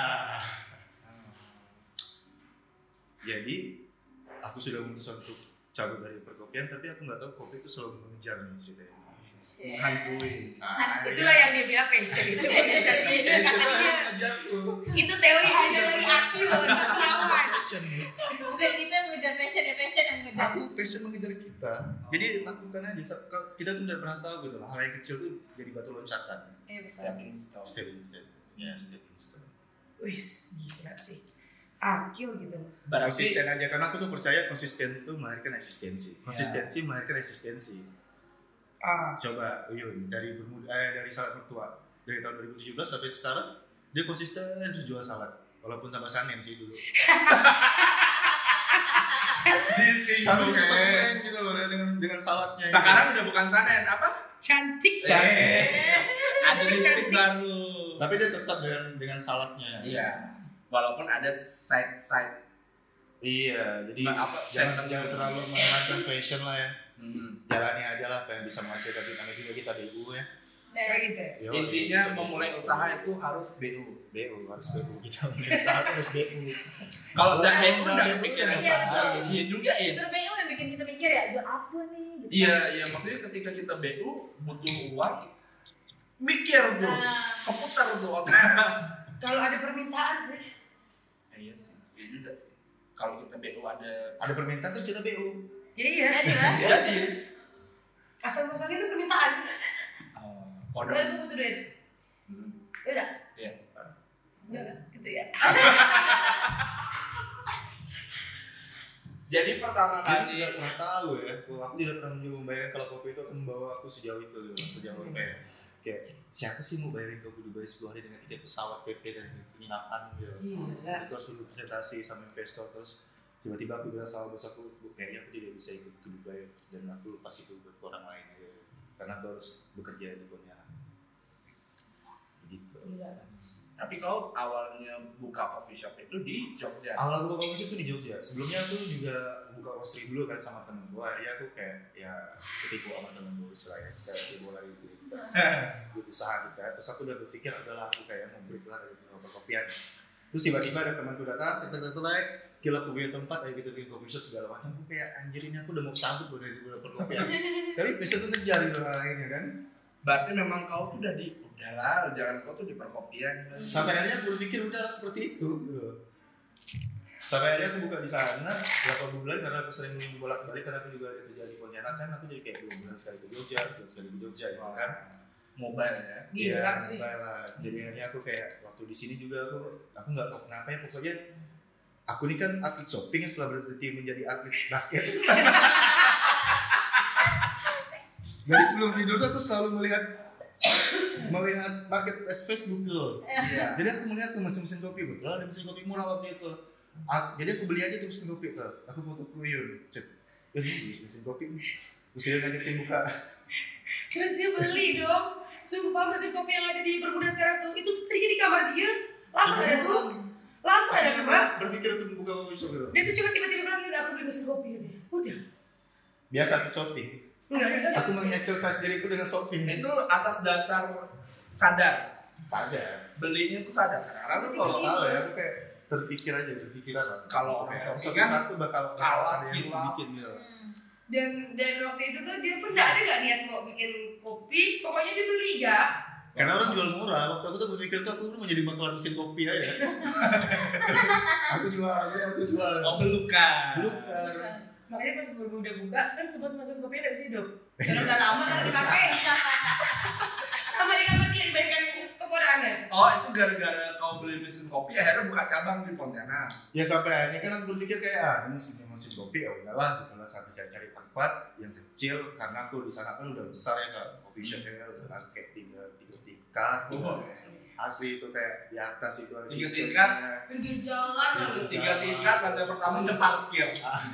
Jadi aku sudah memutuskan untuk cabut dari perkopian, tapi aku nggak tahu kopi itu selalu mengejar nih ceritanya. Menghantui. Nah, Itulah yang dia bilang passion itu mengejar dia. passion Kata lah dia. yang mengejarku. Itu teori hanya dari aku loh, setiawan. Passion. Bukan kita yang mengejar passion ya, passion yang mengejar. Aku passion mengejar kita. Jadi lakukan aja. Kita tuh tidak pernah tahu gitu lah. Hal yang kecil tuh jadi batu loncatan. Iya betul. Stepping stone. Stepping stone. Ya, stepping stone. Wis, gila sih. Akil gitu. Berarti Konsisten aja karena aku tuh percaya konsisten itu melahirkan eksistensi. Konsistensi melahirkan eksistensi. Ah, Coba Uyun dari bermuda eh, dari salad mertua dari tahun dua ribu tujuh belas sampai sekarang dia konsisten terus jual salad walaupun tambah sanen sih dulu. Tapi dia tetap keren gitu loh dengan dengan saladnya. itu. sekarang udah bukan sanen apa? cantik. Eh, ada Cantik. listrik baru. Tapi dia tetap dengan dengan saladnya. Iya. Walaupun ada side side. Iya, jadi Nah, apa? jangan jangan terlalu mengenakan passion lah ya. Hmm. Jalani aja lah apa yang bisa menghasilkan kita juga kita B U ya. Kayak gitu ya. Yo, Intinya kita memulai B U. usaha itu harus B U. B U harus B U kita mulai usaha tuh harus B U. Kalau udah B U Kalau udah B U kepikiran. Iya, betul. Iya juga ya. Justru B U yang bikin kita mikir ya, jual apa nih? Gitu. Iya, iya maksudnya ketika kita B U butuh uang, mikir tuh, Nah. keputar tuh otak. Kalau ada permintaan sih. Eh, iya sih, iya juga sih. Kalau kita B U ada, Ada permintaan terus kita B U. Jadi ya, Jadi lah. jadi asal-asalnya itu permintaan. oh, Udah, kodok. aku butuh duit. Hmm, Udah, Iya. jangan gitu ya. Jadi pertama Aku kali, tidak pernah tahu ya. Aku tidak pernah membayangkan kalau kopi itu akan membawa aku sejauh itu, gitu. Sejauh kayak kayak siapa sih mau bayarin ke Dubai sepuluh hari dengan tiket pesawat, P P dan penginapan gitu. Iya. Terus harus dulu presentasi sama investor terus tiba-tiba aku bilang sama bos aku, "Bu, kayaknya aku tidak bisa ikut ke Dubai dan aku lepas itu buat ke orang lain aja karena aku harus bekerja di Pontianak." Gitu. Iya. tapi kau awalnya buka coffee shop itu di Jogja. Awal aku buka kopi itu di Jogja. Sebelumnya aku juga buka roastery dulu kan sama temen gue. Akhirnya aku kayak ya ketipu sama temen gue lah ya. Kayak ketipu lagi gitu. Buat usaha kita. Terus aku udah berpikir adalah aku kayak mau break lah dari dunia perkopian. Terus tiba-tiba ada temanku datang, tek tek tek tek, gila aku punya tempat, ayo kita bikin coffee shop segala macam. Aku kayak anjir ini aku udah mau cabut loh dari dunia perkopian. Tapi bisa tuh ngejar gitu akhirnya kan. Berarti memang kau tuh udah di, udahlah jangan kau tuh di perkopian. Sampai akhirnya aku berpikir udahlah seperti itu gitu. Sampai akhirnya aku buka di sana berapa bulan karena aku sering bolak-balik karena aku juga ada kerja di Pontianak kan aku jadi kayak dua bulan sekali ke Jogja, sebulan sekali ke Jogja gitu kan. Mobile ya. Gila Iya, sih. mobile lah. Jadi akhirnya aku kayak waktu di sini juga aku aku nggak tahu kenapa ya pokoknya aku ini kan atlet shopping setelah berhenti menjadi atlet basket. Dari sebelum tidur tuh aku selalu melihat melihat marketplace Facebook tuh. Iya. Jadi aku melihat tuh mesin-mesin kopi, betul ada mesin kopi murah waktu itu. A- jadi aku beli aja tuh mesin kopi tuh. Aku foto kuyun, cek. Ya ini mesin kopi. Terus dia ngajakin buka. Terus dia beli dong. Sumpah mesin kopi yang ada di Bermuda sekarang tuh, itu tuh tadinya di kamar dia. Lama ya tuh. Lama ya Mbak. Berpikir untuk buka coffee shop gitu. Dia tuh cuma tiba-tiba bilang gini, aku beli mesin kopi katanya. Udah. Biasa aku shopping. Enggak ada. Aku mengeksersis diriku dengan shopping. Itu atas dasar sadar. Sadar. Belinya tuh sadar. Karena tuh kalau Tahu ya, aku kayak terpikir aja, berpikiran lah. Kalau orang Kayak shopping satu-satu bakal kalah, ada yang hilaf. bikin gitu. Hmm. Dan dan waktu itu tuh dia pun nggak ada nggak niat mau bikin kopi, pokoknya dia beli ya. Karena orang jual murah, waktu aku tuh berpikir tuh aku mau jadi bakalan mesin kopi aja. Aku jual, ya aku jual. oh belukar. Belukar. Makanya pas baru udah buka kan sempat mesin kopinya nggak bisa hidup. Karena udah lama kan dipakai. Sama dengan dia diberikan keponakannya. Oh itu gara-gara kau beli mesin kopi akhirnya buka cabang di Pontianak. Ya sampai akhirnya kan aku berpikir kayak ah ini sudah mesin kopi ya udahlah, udahlah sampai cari-cari tempat yang kecil karena aku di sana kan udah besar ya kan, coffee shopnya udah kayak tiga tiga tingkat. Oh. Asli itu kayak di atas itu ada Tiga kitchennya. tingkat? Pinggir jalan lagi. Tiga tingkat, lantai pertama udah parkir.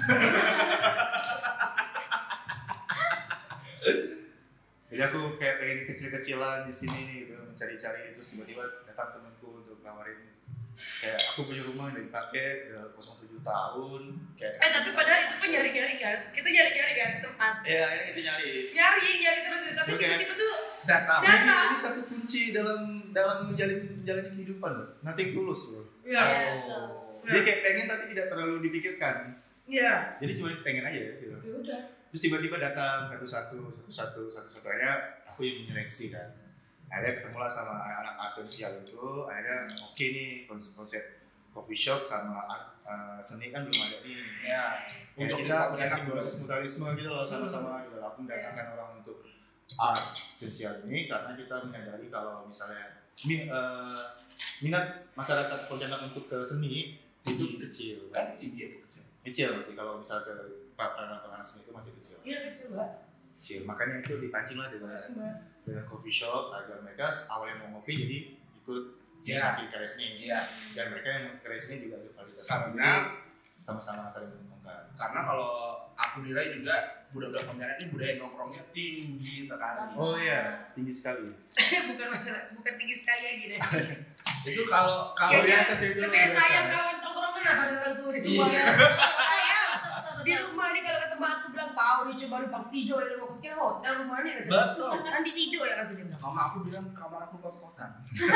Jadi aku kayak pengen kecil-kecilan di sini gitu, mencari-cari, terus tiba-tiba datang temanku untuk nawarin kayak aku punya rumah yang dipakai udah nol tujuh tahun kayak. Eh tapi padahal itu pun nyari-nyari kan. Kita nyari-nyari kan tempat. Ya akhirnya kita nyari. Nyari, nyari terus tapi Oke. tiba-tiba tuh Datang. Nah, ini, ini satu kunci dalam dalam menjalin menjalani kehidupan loh. Nanti tulus loh. ya. Oh. Dia kayak pengen tapi tidak terlalu dipikirkan. Iya. Jadi cuma pengen aja gitu. Ya udah. Terus tiba-tiba datang satu-satu, satu-satu, satu-satu akhirnya aku yang menyeleksi kan. Akhirnya ketemulah sama anak-anak esensial itu. Akhirnya oke nih konsep, konsep coffee shop sama art, uh, seni kan belum ada nih. Ya. Kayak Untuk kita punya enak simbiosis mutualisme gitu loh sama-sama gitu. Aku mendatangkan orang untuk art esensial ini karena kita menyadari kalau misalnya ini uh, minat masyarakat Pontianak untuk ke seni itu kecil. kan iya betul. Kecil sih kalau misal ke pameran seni itu masih kecil. Iya coba. Kecil. Makanya itu dipancing lah dengan dengan coffee shop agar mereka awalnya mau ngopi jadi ikut Ya. ngopi karya seni. Iya. Dan mereka yang karya seni juga berkualitas. Karena sama-sama saling menguntungkan. karena kalau aku nilai juga budaya Pontianak ini budaya nongkrongnya tinggi sekali. Oh iya, tinggi sekali. bukan masalah, bukan tinggi sekali lagi deh. Itu kalau kalau Oh, biasa sih itu. Lebih sayang kawan tongkrongan apa dengan tuh di rumah ya. Di rumah nih kalau kata mbak aku bilang tahu nih coba di Bang tidur ya mau kira hotel rumahnya kata. betul. Nanti tidur ya kata dia. Mama aku bilang kamar aku kos-kosan.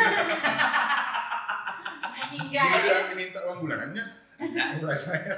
Singgah. Jadi dia diminta uang bulanannya. Mulai saya.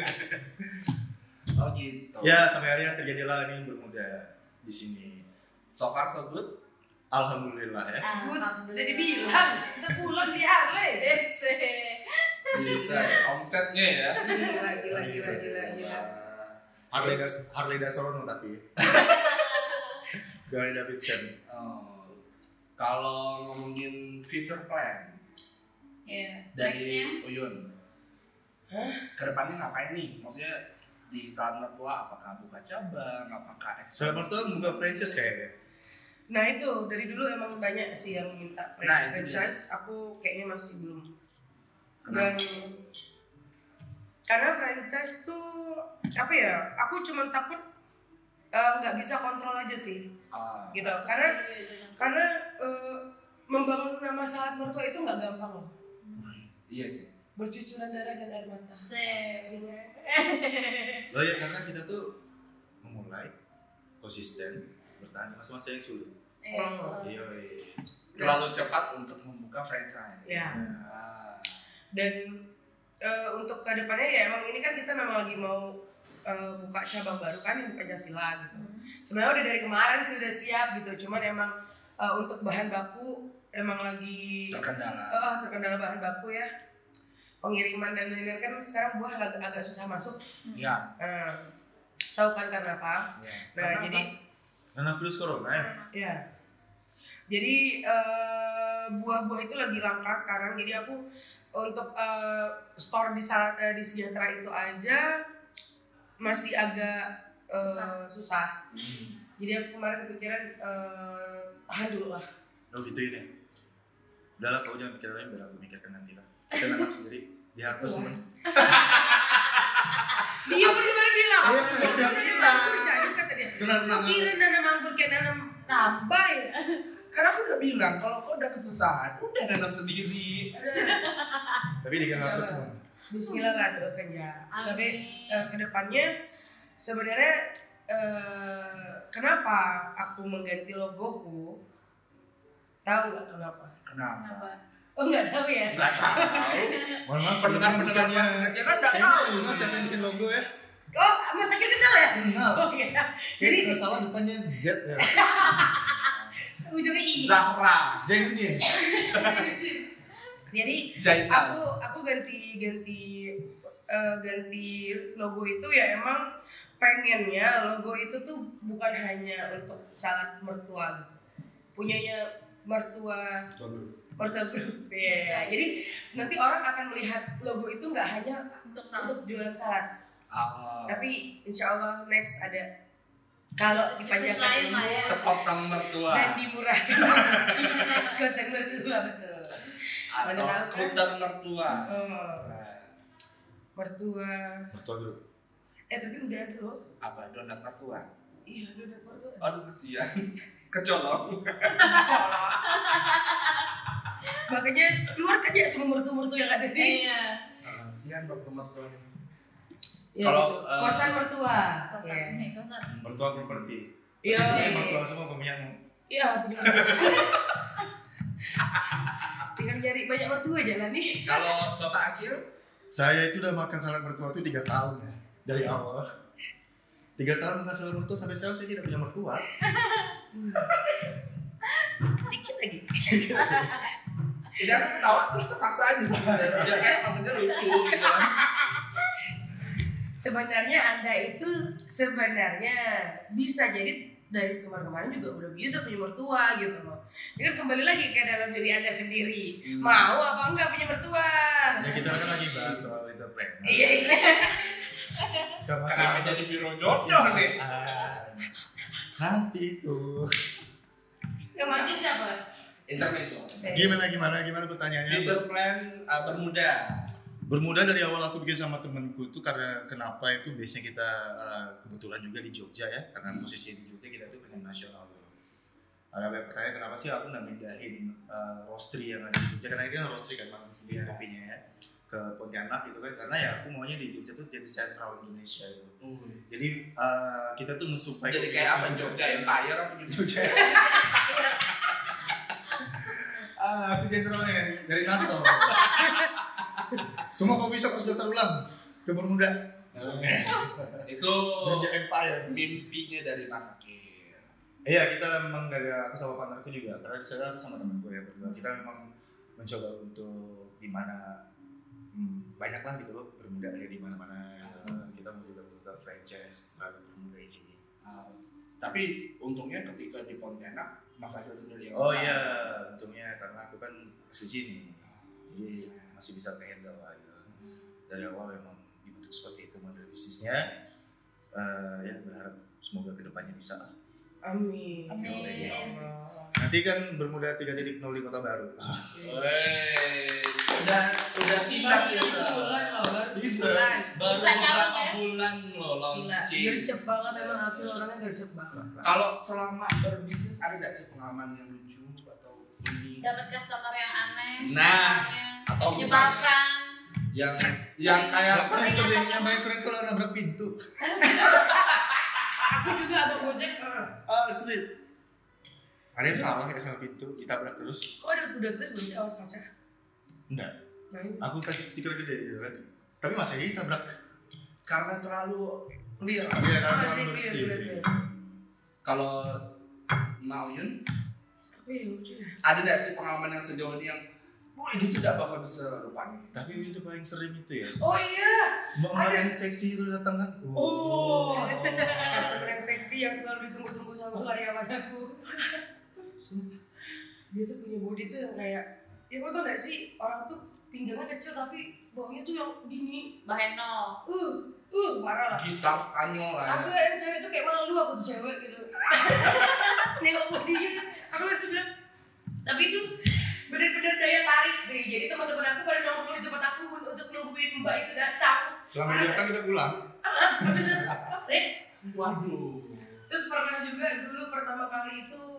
Oh gitu. Ya sampai akhirnya terjadilah ini bermuda di sini. So far so good. Alhamdulillah ya. Good. Udah dibilang sebulan di Harley. Ese. Bisa ya, omsetnya ya. Gila gila gila gila gila. Harley Das Harley Dasono tapi. Harley Davidson. Oh. Kalau ngomongin future plan Iya. dari Nextnya. Uyun, kedepannya ngapain nih? Maksudnya di saat mertua apakah buka cabang, apakah Soalnya mertua buka franchise kayaknya. Nah itu dari dulu emang banyak sih yang minta Nah, itu franchise. Aku kayaknya masih belum. Kenapa? Dan karena franchise tuh apa ya? Aku cuma takut eh, nggak bisa kontrol aja sih, Ah, gitu. Karena karena eh, membangun nama sahabat mertua itu nggak gampang loh. iya sih. Bercucuran darah dan air mata. Ses. Oh ya karena kita tuh memulai konsisten bertahan di masa-masa yang sulit. Iya. Iya. iya. Terlalu cepat untuk membuka franchise. Ya. Ah, Dan eh, untuk kedepannya ya emang ini kan kita memang lagi mau eh, buka cabang baru kan yang Pancasila gitu. Sebenarnya udah dari kemarin sih udah siap gitu. Cuman emang eh, untuk bahan baku emang lagi terkendala. eh, terkendala bahan baku ya. Pengiriman dan lain-lain kan sekarang buah agak, agak susah masuk. Ya. Nah, tahu kan karena apa? ya. Nah, Karena jadi Karena virus corona ya. ya. Jadi eh, buah-buah itu lagi langka sekarang. Jadi aku untuk eh, store di Sa- eh, di Sejahtera itu aja masih agak eh, susah. Hmm. Jadi aku kemarin kepikiran eh, tahan dulu lah. Oh gitu ini. Udahlah kau jangan pikir lain biar aku mikirkan nanti lah. Kita nanam sendiri di harvest temen. Dia pun kemarin bilang, Iya, "Kamu iya, nanam iya. anggur jadi," kata dia. Tenang tenang. Kau kira nanam anggur kayak nanam rambai. Karena aku udah bilang kalau kau udah kesusahan, udah nanam sendiri. Tapi dikenal terus semua. Bismillah lah doakan ya. Amin. Tapi uh, kedepannya sebenarnya uh, kenapa aku mengganti logoku? Tahu nggak kenapa? Kenapa? Kenapa? Oh nggak tahu ya. Nggak tahu. Mohon maaf sebelumnya Pendengar-pendengar bukannya masyarakat kan nggak kayaknya tahu. Luna siapa yang bikin logo ya? Oh Mas Akil kenal ya? Kenal. Oh iya. Jadi Jadi nggak salah depannya Z ya. ujungnya I. Zahra. Zainuddin. Jadi Zainal. aku aku ganti ganti uh, ganti logo itu ya emang pengennya logo itu tuh bukan hanya untuk salad mertua gitu. Punyanya mertua mertua grup ya. Jadi nanti orang akan melihat logo itu nggak hanya Untuk salad. untuk jualan salad, Oh. tapi insya Allah next ada kalau Bisnis dipanjangkan lain lah ya. Sepotong mertua. dan dimurahkan skuter mertua betul. Mana Atau tahu kan? skuter mertua. Oh, mertua. Mertua dulu. Eh tapi udah ada loh. Apa donat mertua? Iya donat mertua. Aduh kesian. Kecolok. Makanya keluarkan ya semua mertua-mertua yang ada di. Iya. Kesian mertua-mertua. Ya, Kalau, gitu. eh, kosan mertua. Kosan, Iya. nih kosan. Mertua properti. Iya. Ini mertua semua punya. Iya punya. Tinggal nyari banyak mertua jalan nih. Kalau Bapak Akil, Saya itu udah makan salad mertua itu tiga tahun ya dari awal. Tiga tahun makan salad mertua sampai sekarang saya tidak punya mertua. Sedikit lagi. tidak kan ketawa terus terpaksa aja sebenarnya. Dia kayak namanya lucu gitu. Sebenarnya Anda itu sebenarnya bisa jadi dari kemarin-kemarin juga udah bisa punya mertua gitu loh. Ini kan kembali lagi ke dalam diri Anda sendiri. Hmm. Mau apa enggak punya mertua? Ya kita kan lagi bahas soal entrepreneur. Iya iya. Gak Kenapa masalah. jadi biro jodoh nih? Ah, Nanti itu. Yang mati siapa? Intermezzo. Gimana gimana gimana pertanyaannya? Future plan uh, bermuda. Bermuda dari awal aku bikin sama temenku itu karena kenapa itu biasanya kita uh, kebetulan juga di Jogja ya, karena posisi di Jogja kita tuh pengen nasional gitu. Ada banyak pertanyaan kenapa sih aku nggak mindahin uh, roastery yang ada di Jogja, karena ini kan roastery kan makan sendiri kopinya ya ke Pontianak gitu kan, karena ya aku maunya di Jogja tuh jadi sentral Indonesia gitu. Jadi uh, kita tuh mensupply Jadi kayak apa Jogja Empire apa gitu? Jogja. Ah, aku jenderalnya dari NATO. Semua kopi shop harus daftar ulang ke Bermuda. Itu Jogja Empire. mimpinya dari Mas Akil. Iya, kita memang dari aku sama partnerku juga, karena di sana aku sama temanku ya berdua. Kita memang mencoba untuk gimana hmm, banyak lah gitu loh Bermuda ada di mana-mana. Kita mau juga buka franchise lalu Bermuda ini. Uh, tapi untungnya ketika di Pontianak Mas Akil sendiri yang Oh iya, untungnya karena aku kan asli sini, jadi masih bisa ke-handle lah gitu. Dari awal memang dibentuk seperti itu model bisnisnya. Uh, ya berharap semoga kedepannya bisa. Amin. Amin. Ya Allah. Nanti kan Bermuda tiga titik nol di Kota Baru. Wey, udah udah kita Baru gitu. sebulan loh, baru Bisa. sebulan. Baru Buka cabang berapa ya? bulan loh Gila, launching. gercep banget emang aku orangnya gercep banget. Kalau selama berbisnis ada nggak sih pengalaman yang lucu atau ini Dapat customer yang aneh. Nah, misalnya, atau menyebalkan. yang yang kayak Yang paling sering, yang paling sering kalau nabrak pintu. Aku juga atau Gojek. eh. Asli. Ada yang salah ya sama pintu, ditabrak terus. Kok ada udah terus belum sih awas kaca? Enggak, Nah, ini. aku kasih stiker gede gitu kan. Tapi masih aja ditabrak. karena terlalu clear. Iya kan, Masih terlalu bersih. clear, clear. Kalau Mau Yun, Tapi ya lucu ya. ada nggak sih pengalaman yang sejauh ini yang wah ini sudah bakal bisa lupa nih? Tapi itu paling sering itu ya. Oh iya. Mbak yang seksi itu datang kan. Oh. Customer yang seksi yang selalu ditunggu-tunggu sama karyawan aku. Sumpah. Dia tuh punya body tuh yang kayak, ya kau tau gak sih orang tuh pinggangnya kecil tapi bawahnya tuh yang gini. Baheno. Uh, uh, parah lah. Gitar Spanyol lah. Aku Ya. yang cewek tuh kayak malu aku tuh cewek gitu. Nengok bodinya, aku langsung bilang. Tapi itu bener-bener daya tarik sih. Jadi teman-teman aku pada nongkrong di tempat aku untuk nungguin mbak itu datang. Selama dia datang kita pulang. Habis itu, eh, Waduh. terus pernah juga dulu pertama kali itu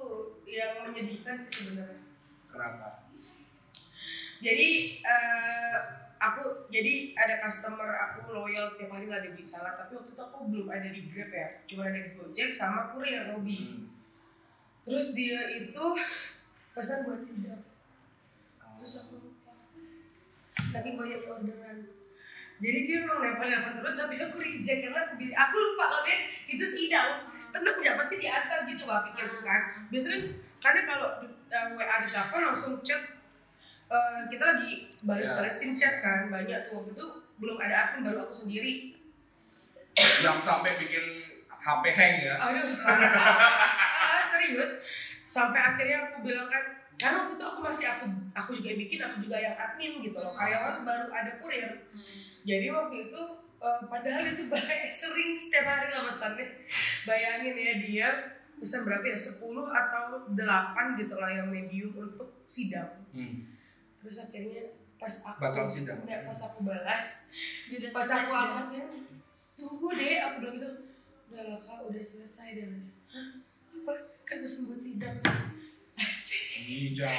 yang menyedihkan sih sebenarnya. Kenapa? Jadi uh, aku jadi ada customer aku loyal tiap hari lah dia beli salad, tapi waktu itu aku belum ada di Grab ya, cuma ada di Gojek sama kurir Robi. Hmm. Terus dia itu pesan buat sidap, terus aku lupa, saking banyaknya orderan. Jadi dia memang nelfon-nelfon terus, tapi aku reject karena aku bilang, aku lupa kalau dia itu sidap. Tenang ya pasti diantar gitu lah pikir kan. Biasanya karena kalau uh, W A di telepon langsung chat. Uh, kita lagi balas-balasin chat kan, banyak tuh. Waktu itu belum ada admin, baru aku sendiri Yang sampai bikin H P hang ya? aduh ah, serius. Sampai akhirnya aku bilang kan, karena waktu itu aku masih aku aku juga yang bikin, aku juga yang admin gitu loh, karyawan baru ada kurir. Jadi waktu itu uh, padahal itu banyak, sering setiap hari lah pesannya. Bayangin ya, dia pesan berapa ya, sepuluh atau delapan gitu lah yang medium untuk sidang. Hmm. Terus akhirnya pas aku Bakal sidang. Enggak, pas aku balas, Dia udah pas selesai aku juga. angkat kan, tunggu deh, aku bilang gitu, udah lah kak, udah selesai deh. Hah? Apa? Kan pas buat sidang. Asik. Iya.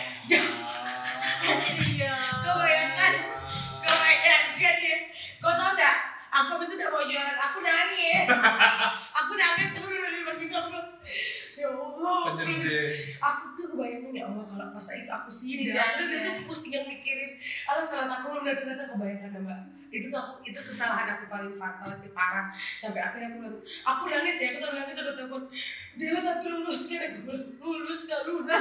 Iya. Kau bayangkan, kau bayangkan ya, kau tau gak? Aku abis udah mau jualan, aku nangis. Aku nangis, aku udah di begitu, aku bilang, ya Allah. Penyedih. Aku tuh kebayangin ya Allah kalau pas itu aku sidang, Sidang, terus dia ya. tuh pusing yang mikirin, alah salah aku belum ternyata kebayangkan ya mbak. Itu tuh aku, itu kesalahan aku paling fatal sih, parah. Sampai akhirnya aku bilang, aku nangis ya, aku sampai nangis, aku telepon, dia tapi lulus kan, aku bilang lulus gak lunas.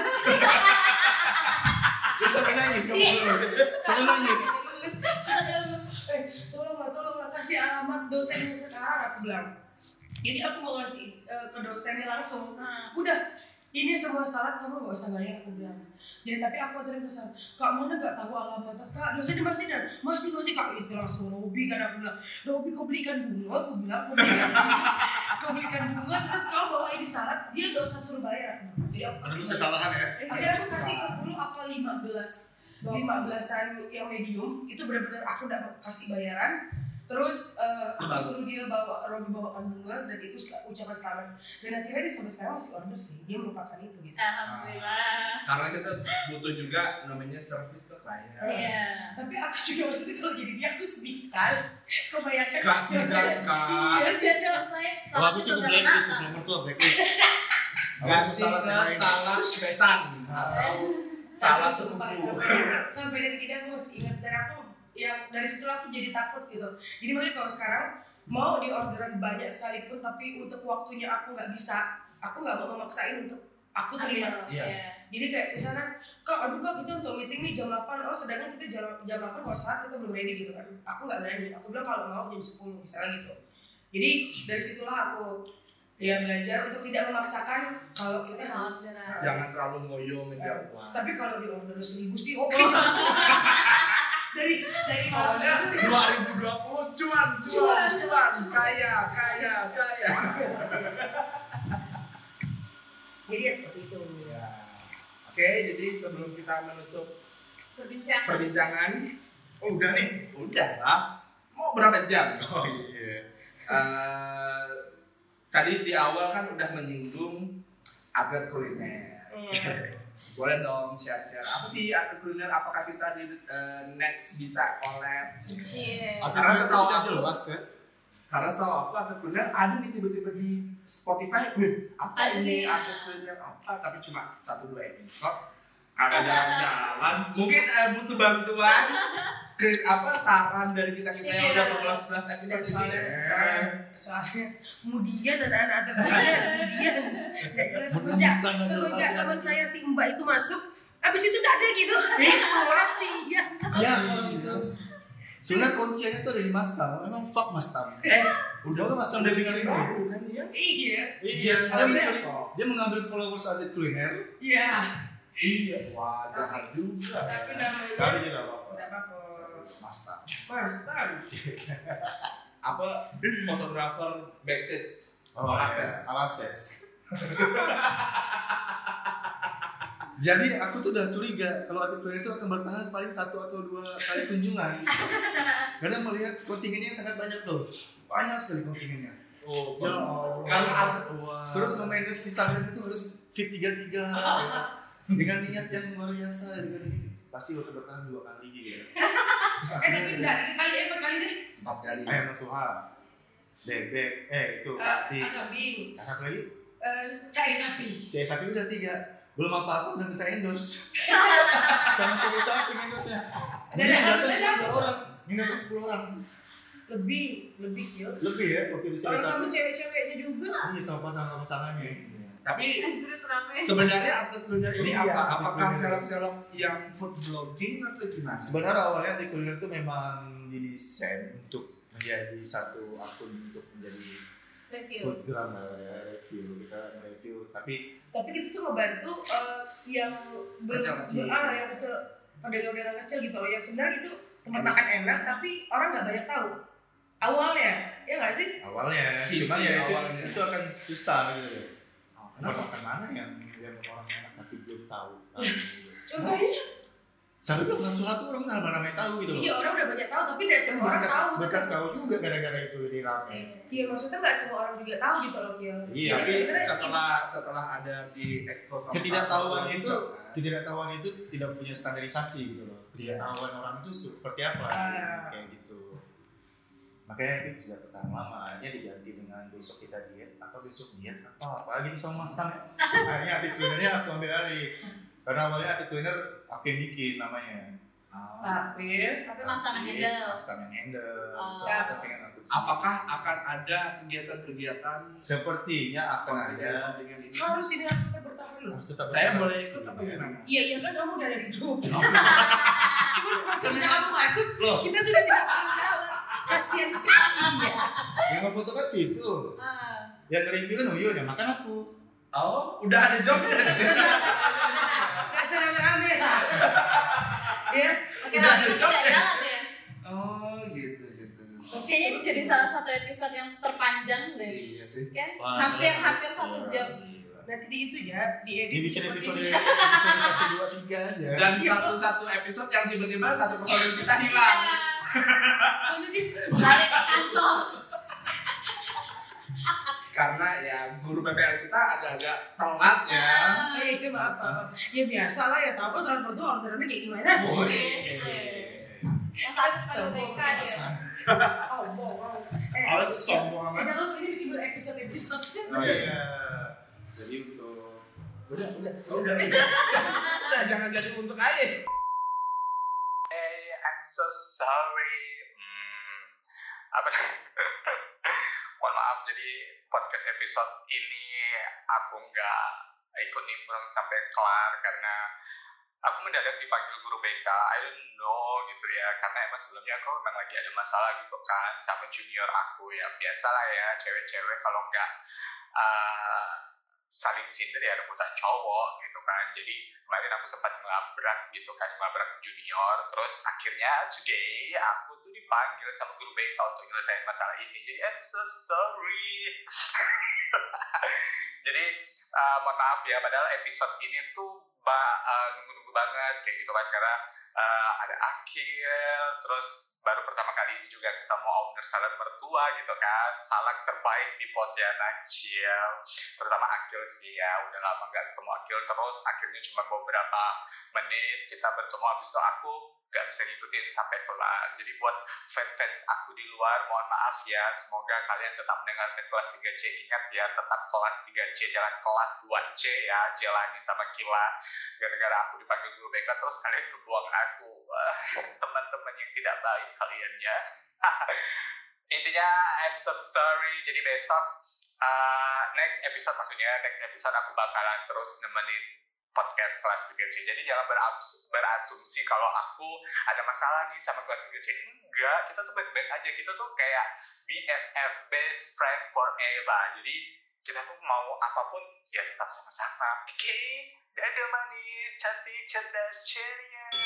Dia sampai nangis, kamu lulus. Sampai nangis. Eh, tolonglah, tolonglah kasih alamat dosennya sekarang, aku bilang. Jadi aku mau ngasih uh, ke dosennya langsung. Udah, ini semua salah, kamu gak usah bayar, aku bilang. Jadi tapi aku tadi pesan, kak mana gak tahu alamat kak, dosennya masih dan masih masih kak itu langsung Robi kan, aku bilang, Robi kau belikan bunga, aku bilang, kau belikan bunga, kau belikan bunga, terus kau bawa ini salad, dia gak usah suruh bayar. Jadi aku Terus kasih, kesalahan ya. akhirnya aku kasih sepuluh apa lima belas lima belasan yang medium, itu benar-benar aku udah kasih bayaran. Terus uh, aku suruh dia bawa, Robi bawakan bunga dan itu setelah ucapan selamat. Dan akhirnya dia sampai sekarang masih order sih, dia melupakan itu gitu. Alhamdulillah. Karena kita butuh juga namanya service ke klien. Iya. Tapi aku juga waktu itu kalau jadi dia aku sedih sekali. Kebanyakan Kasih dosen- kak. Iya sih. Sudah selesai. Kalau aku sih aku blacklist, nomor tuh blacklist. Aku Ganti salah ke pemain. salah besan. Salah sumpah, sepupu. sampai sampai detik ini aku masih ingat, dan aku yang dari situ aku jadi takut gitu. Jadi makanya kalau sekarang mau di orderan banyak sekalipun, tapi untuk waktunya aku nggak bisa, aku nggak mau memaksain untuk aku terima. Iya. Jadi kayak misalnya, kak aduh kak kita untuk meeting nih jam delapan, oh sedangkan kita jam, jam delapan kalau saat kita belum ready gitu kan. Aku nggak berani, aku bilang kalau mau jam sepuluh misalnya gitu. Jadi dari situlah aku ya belajar untuk tidak memaksakan kalau kita harus. Jangan terlalu ngoyo menjawab. Tapi kalau di order seribu sih oke. dari dari malam Pokoknya dua ribu dua puluh cuan, cuan, cuan, kaya, kaya, kaya. Jadi ya seperti itu. Ya. Oke, jadi sebelum kita menutup Perbincangan. perbincangan, Oh udah nih. udah lah. Mau berapa jam? Oh iya. Eh, tadi di awal kan udah menyinggung atlet kuliner. Boleh dong share-share. Apa sih atlet kuliner? Apakah kita di eh, next bisa collab? Cie. Atau Karena itu setahu tidak aku- jelas ya. Karena setahu aku atlet kuliner ada nih tiba-tiba di Spotify. Wih, apa Ada ini ya. atlet kuliner apa? Tapi cuma satu dua episode. Karena jalan-jalan. Mungkin eh, butuh bantuan. Ke, apa saran dari kita kita yang Iya. udah berbelas-belas episode ini. Soalnya, soalnya, soalnya kemudian ada anak-anak kemudian kemudian nggak jelas semenjak Bukan, bukan, semenjak bukan. teman saya si Mbak itu masuk, abis itu nggak ada gitu. Kasih ya. Iya kalau gitu. Sebenarnya kuncinya itu ada di Mas Tam. Memang fuck Mas Tam. Eh, Semoga Mas Tam udah udah bikin dengerin ini. baru kan dia? Iya. Iya. Dia Tapi mencuri. Dia mengambil followers atlet kuliner. Iya. Iya, wah jahat juga. Tapi namanya Tapi dia nggak apa-apa. nggak apa-apa. Mas Tam. Mas Tan. Apa fotografer backstage Oh, akses. iya. All access. Jadi aku tuh udah curiga kalau atlet kuliner itu akan bertahan paling satu atau dua kali kunjungan. Karena melihat kontingennya sangat banyak tuh, banyak sekali kontingennya. Oh, Ya kalau Allah. aku Terus memaintain Instagram itu harus fit tiga tiga ya. Dengan niat yang luar biasa dengan ini pasti waktu bertahan dua kali gitu. Terus Eh tapi enggak tiga kali ya empat kali deh. empat kali. ayam masuha, bebek, eh itu Eh, kambing, kambing. satu lagi, Eh, saya sapi. saya sapi udah tiga, belum apa apa udah minta endorse, sama saya sapi endorse nya, Dan ini yang datang dan- sepuluh orang, ini datang sepuluh orang, Lebih lebih kill. lebih ya waktu di saya Orang sapi, kamu cewek-ceweknya juga. iya sama pasangan pasangannya, Tapi Anjir rame. sebenarnya atlet kuliner ini Iya, apa? atlet Apakah kuliner. seleb-seleb yang food blogging atau gimana? sebenarnya awalnya di kuliner itu memang didesain untuk menjadi satu akun untuk menjadi Review. foodgram ya, review kita review tapi Tapi kita tuh ngebantu eh, yang belum Kecil-kecil. ah yang kecil pedagang-pedagang kecil gitu loh yang sebenarnya itu tempat makan enak tapi orang nggak banyak tahu awalnya ya nggak sih. awalnya Visi cuman ya itu awalnya. itu akan susah gitu loh. Oh, Tempat kenapa? makan mana yang yang orang enak tapi belum tahu. Nah, gitu. Contohnya Sampai belum nasuha tuh orang nama-namanya tahu gitu loh. iya orang udah banyak tahu tapi nggak semua orang Berkat, tahu. berkat kau juga gara-gara itu jadi rame. Iya maksudnya nggak semua orang juga tahu gitu loh Kiel. Iya, Tapi sebenarnya setelah setelah ada di expose sama Ketidaktahuan satu itu kan. ketidaktahuan itu tidak punya standarisasi gitu loh. Iya. Ketidaktahuan orang itu seperti apa Ah. kayak gitu. Makanya itu tidak bertahan lama, akhirnya diganti dengan besok kita diet atau besok diet apa apa lagi sama Mas Tam. Akhirnya arti kulinernya aku ambil alih. Karena awalnya arti kuliner aku yang bikin namanya. Oh. Tapi Tapi Mas Tam yang handle. Mas Tam yang handle. Oh. Terus Mas Tam pengen aku. Apakah akan ada kegiatan-kegiatan Sepertinya akan ada. dengan ini? harus ini harus tetap bertahan loh. Harus tetap Saya bertahan. boleh ikut apa gimana? Iya iya kan kamu udah dari grup. Cuman maksudnya kamu masuk Loh, kita sudah tidak perlu jalan. Kasian sekali ya. yang ngefoto kan situ. Ah. Yang review kan Uyo, yang makan aku. Oh, udah ada jobnya. Nggak serame-rame lah. Ya. Oke, tapi itu tidak jalan ya. Oh, gitu gitu. Kayaknya ini jadi salah satu episode yang terpanjang deh. Iya sih. Kan? Wah, hampir terus, hampir satu wah, jam. gila. Nanti di itu ya, di edit. Dibikin episode seperti ini. episode satu dua tiga aja. Dan satu-satu episode yang tiba-tiba satu personil kita hilang. Ini di balik ke kantor. Karena ya guru P P L kita agak-agak telat ya. Oh, ya itu maaf, maaf. Ya biasa lah ya, tahu kan saat berdua orderannya kayak gimana. Yang satu pada B K dia. Sombong. Eh, Apa sih sombong eh, amat? jangan lupa ini bikin episode-episode. Oh iya. Jadi untuk Udah, udah. oh, udah. Udah, jangan jadi untuk aja. Hey, I'm so sorry. Hmm, apa? Mohon maaf, jadi podcast episode ini aku nggak ikut nimbrung sampai kelar karena aku mendadak dipanggil guru B K. I don't know gitu ya, karena emang sebelumnya aku memang lagi ada masalah gitu kan sama junior aku ya. Biasalah ya, cewek-cewek kalau nggak uh, saling sindir ya rebutan cowok gitu kan. Jadi kemarin aku sempat ngelabrak gitu kan, ngelabrak junior. Terus akhirnya today aku tuh dipanggil sama guru B K untuk nyelesain masalah ini. Jadi I'm so sorry. Jadi uh, mohon maaf ya, padahal episode ini tuh ba- uh, nunggu-nunggu banget kayak gitu kan, karena uh, ada Akil, terus baru pertama kali ini juga ketemu owner salon mertua gitu kan, salak terbaik di Pontianak, Ciel, terutama Akil sih ya, udah lama gak ketemu Akil, terus akhirnya cuma beberapa menit kita bertemu, habis itu aku gak bisa ngikutin sampai kelar. Jadi buat fans-fans aku di luar, mohon maaf ya, semoga kalian tetap mendengarkan kelas tiga C. Ingat ya, tetap kelas tiga C, jangan kelas dua C ya, Jelani sama Kila. Gara-gara aku dipanggil guru B K, terus kalian berbuang aku. Wah, teman-teman yang tidak baik kalian ya. Intinya, I'm so sorry. Jadi besok, uh, next episode maksudnya, next episode aku bakalan terus nemenin podcast kelas tiga C. Jadi jangan berasumsi, berasumsi kalau aku ada masalah nih sama kelas tiga C. Enggak, kita tuh baik-baik aja. Kita tuh kayak B F F, best friend forever. Jadi kita tuh mau apapun ya tetap sama-sama. Oke, okay? Dadah manis, cantik, cerdas, ceria.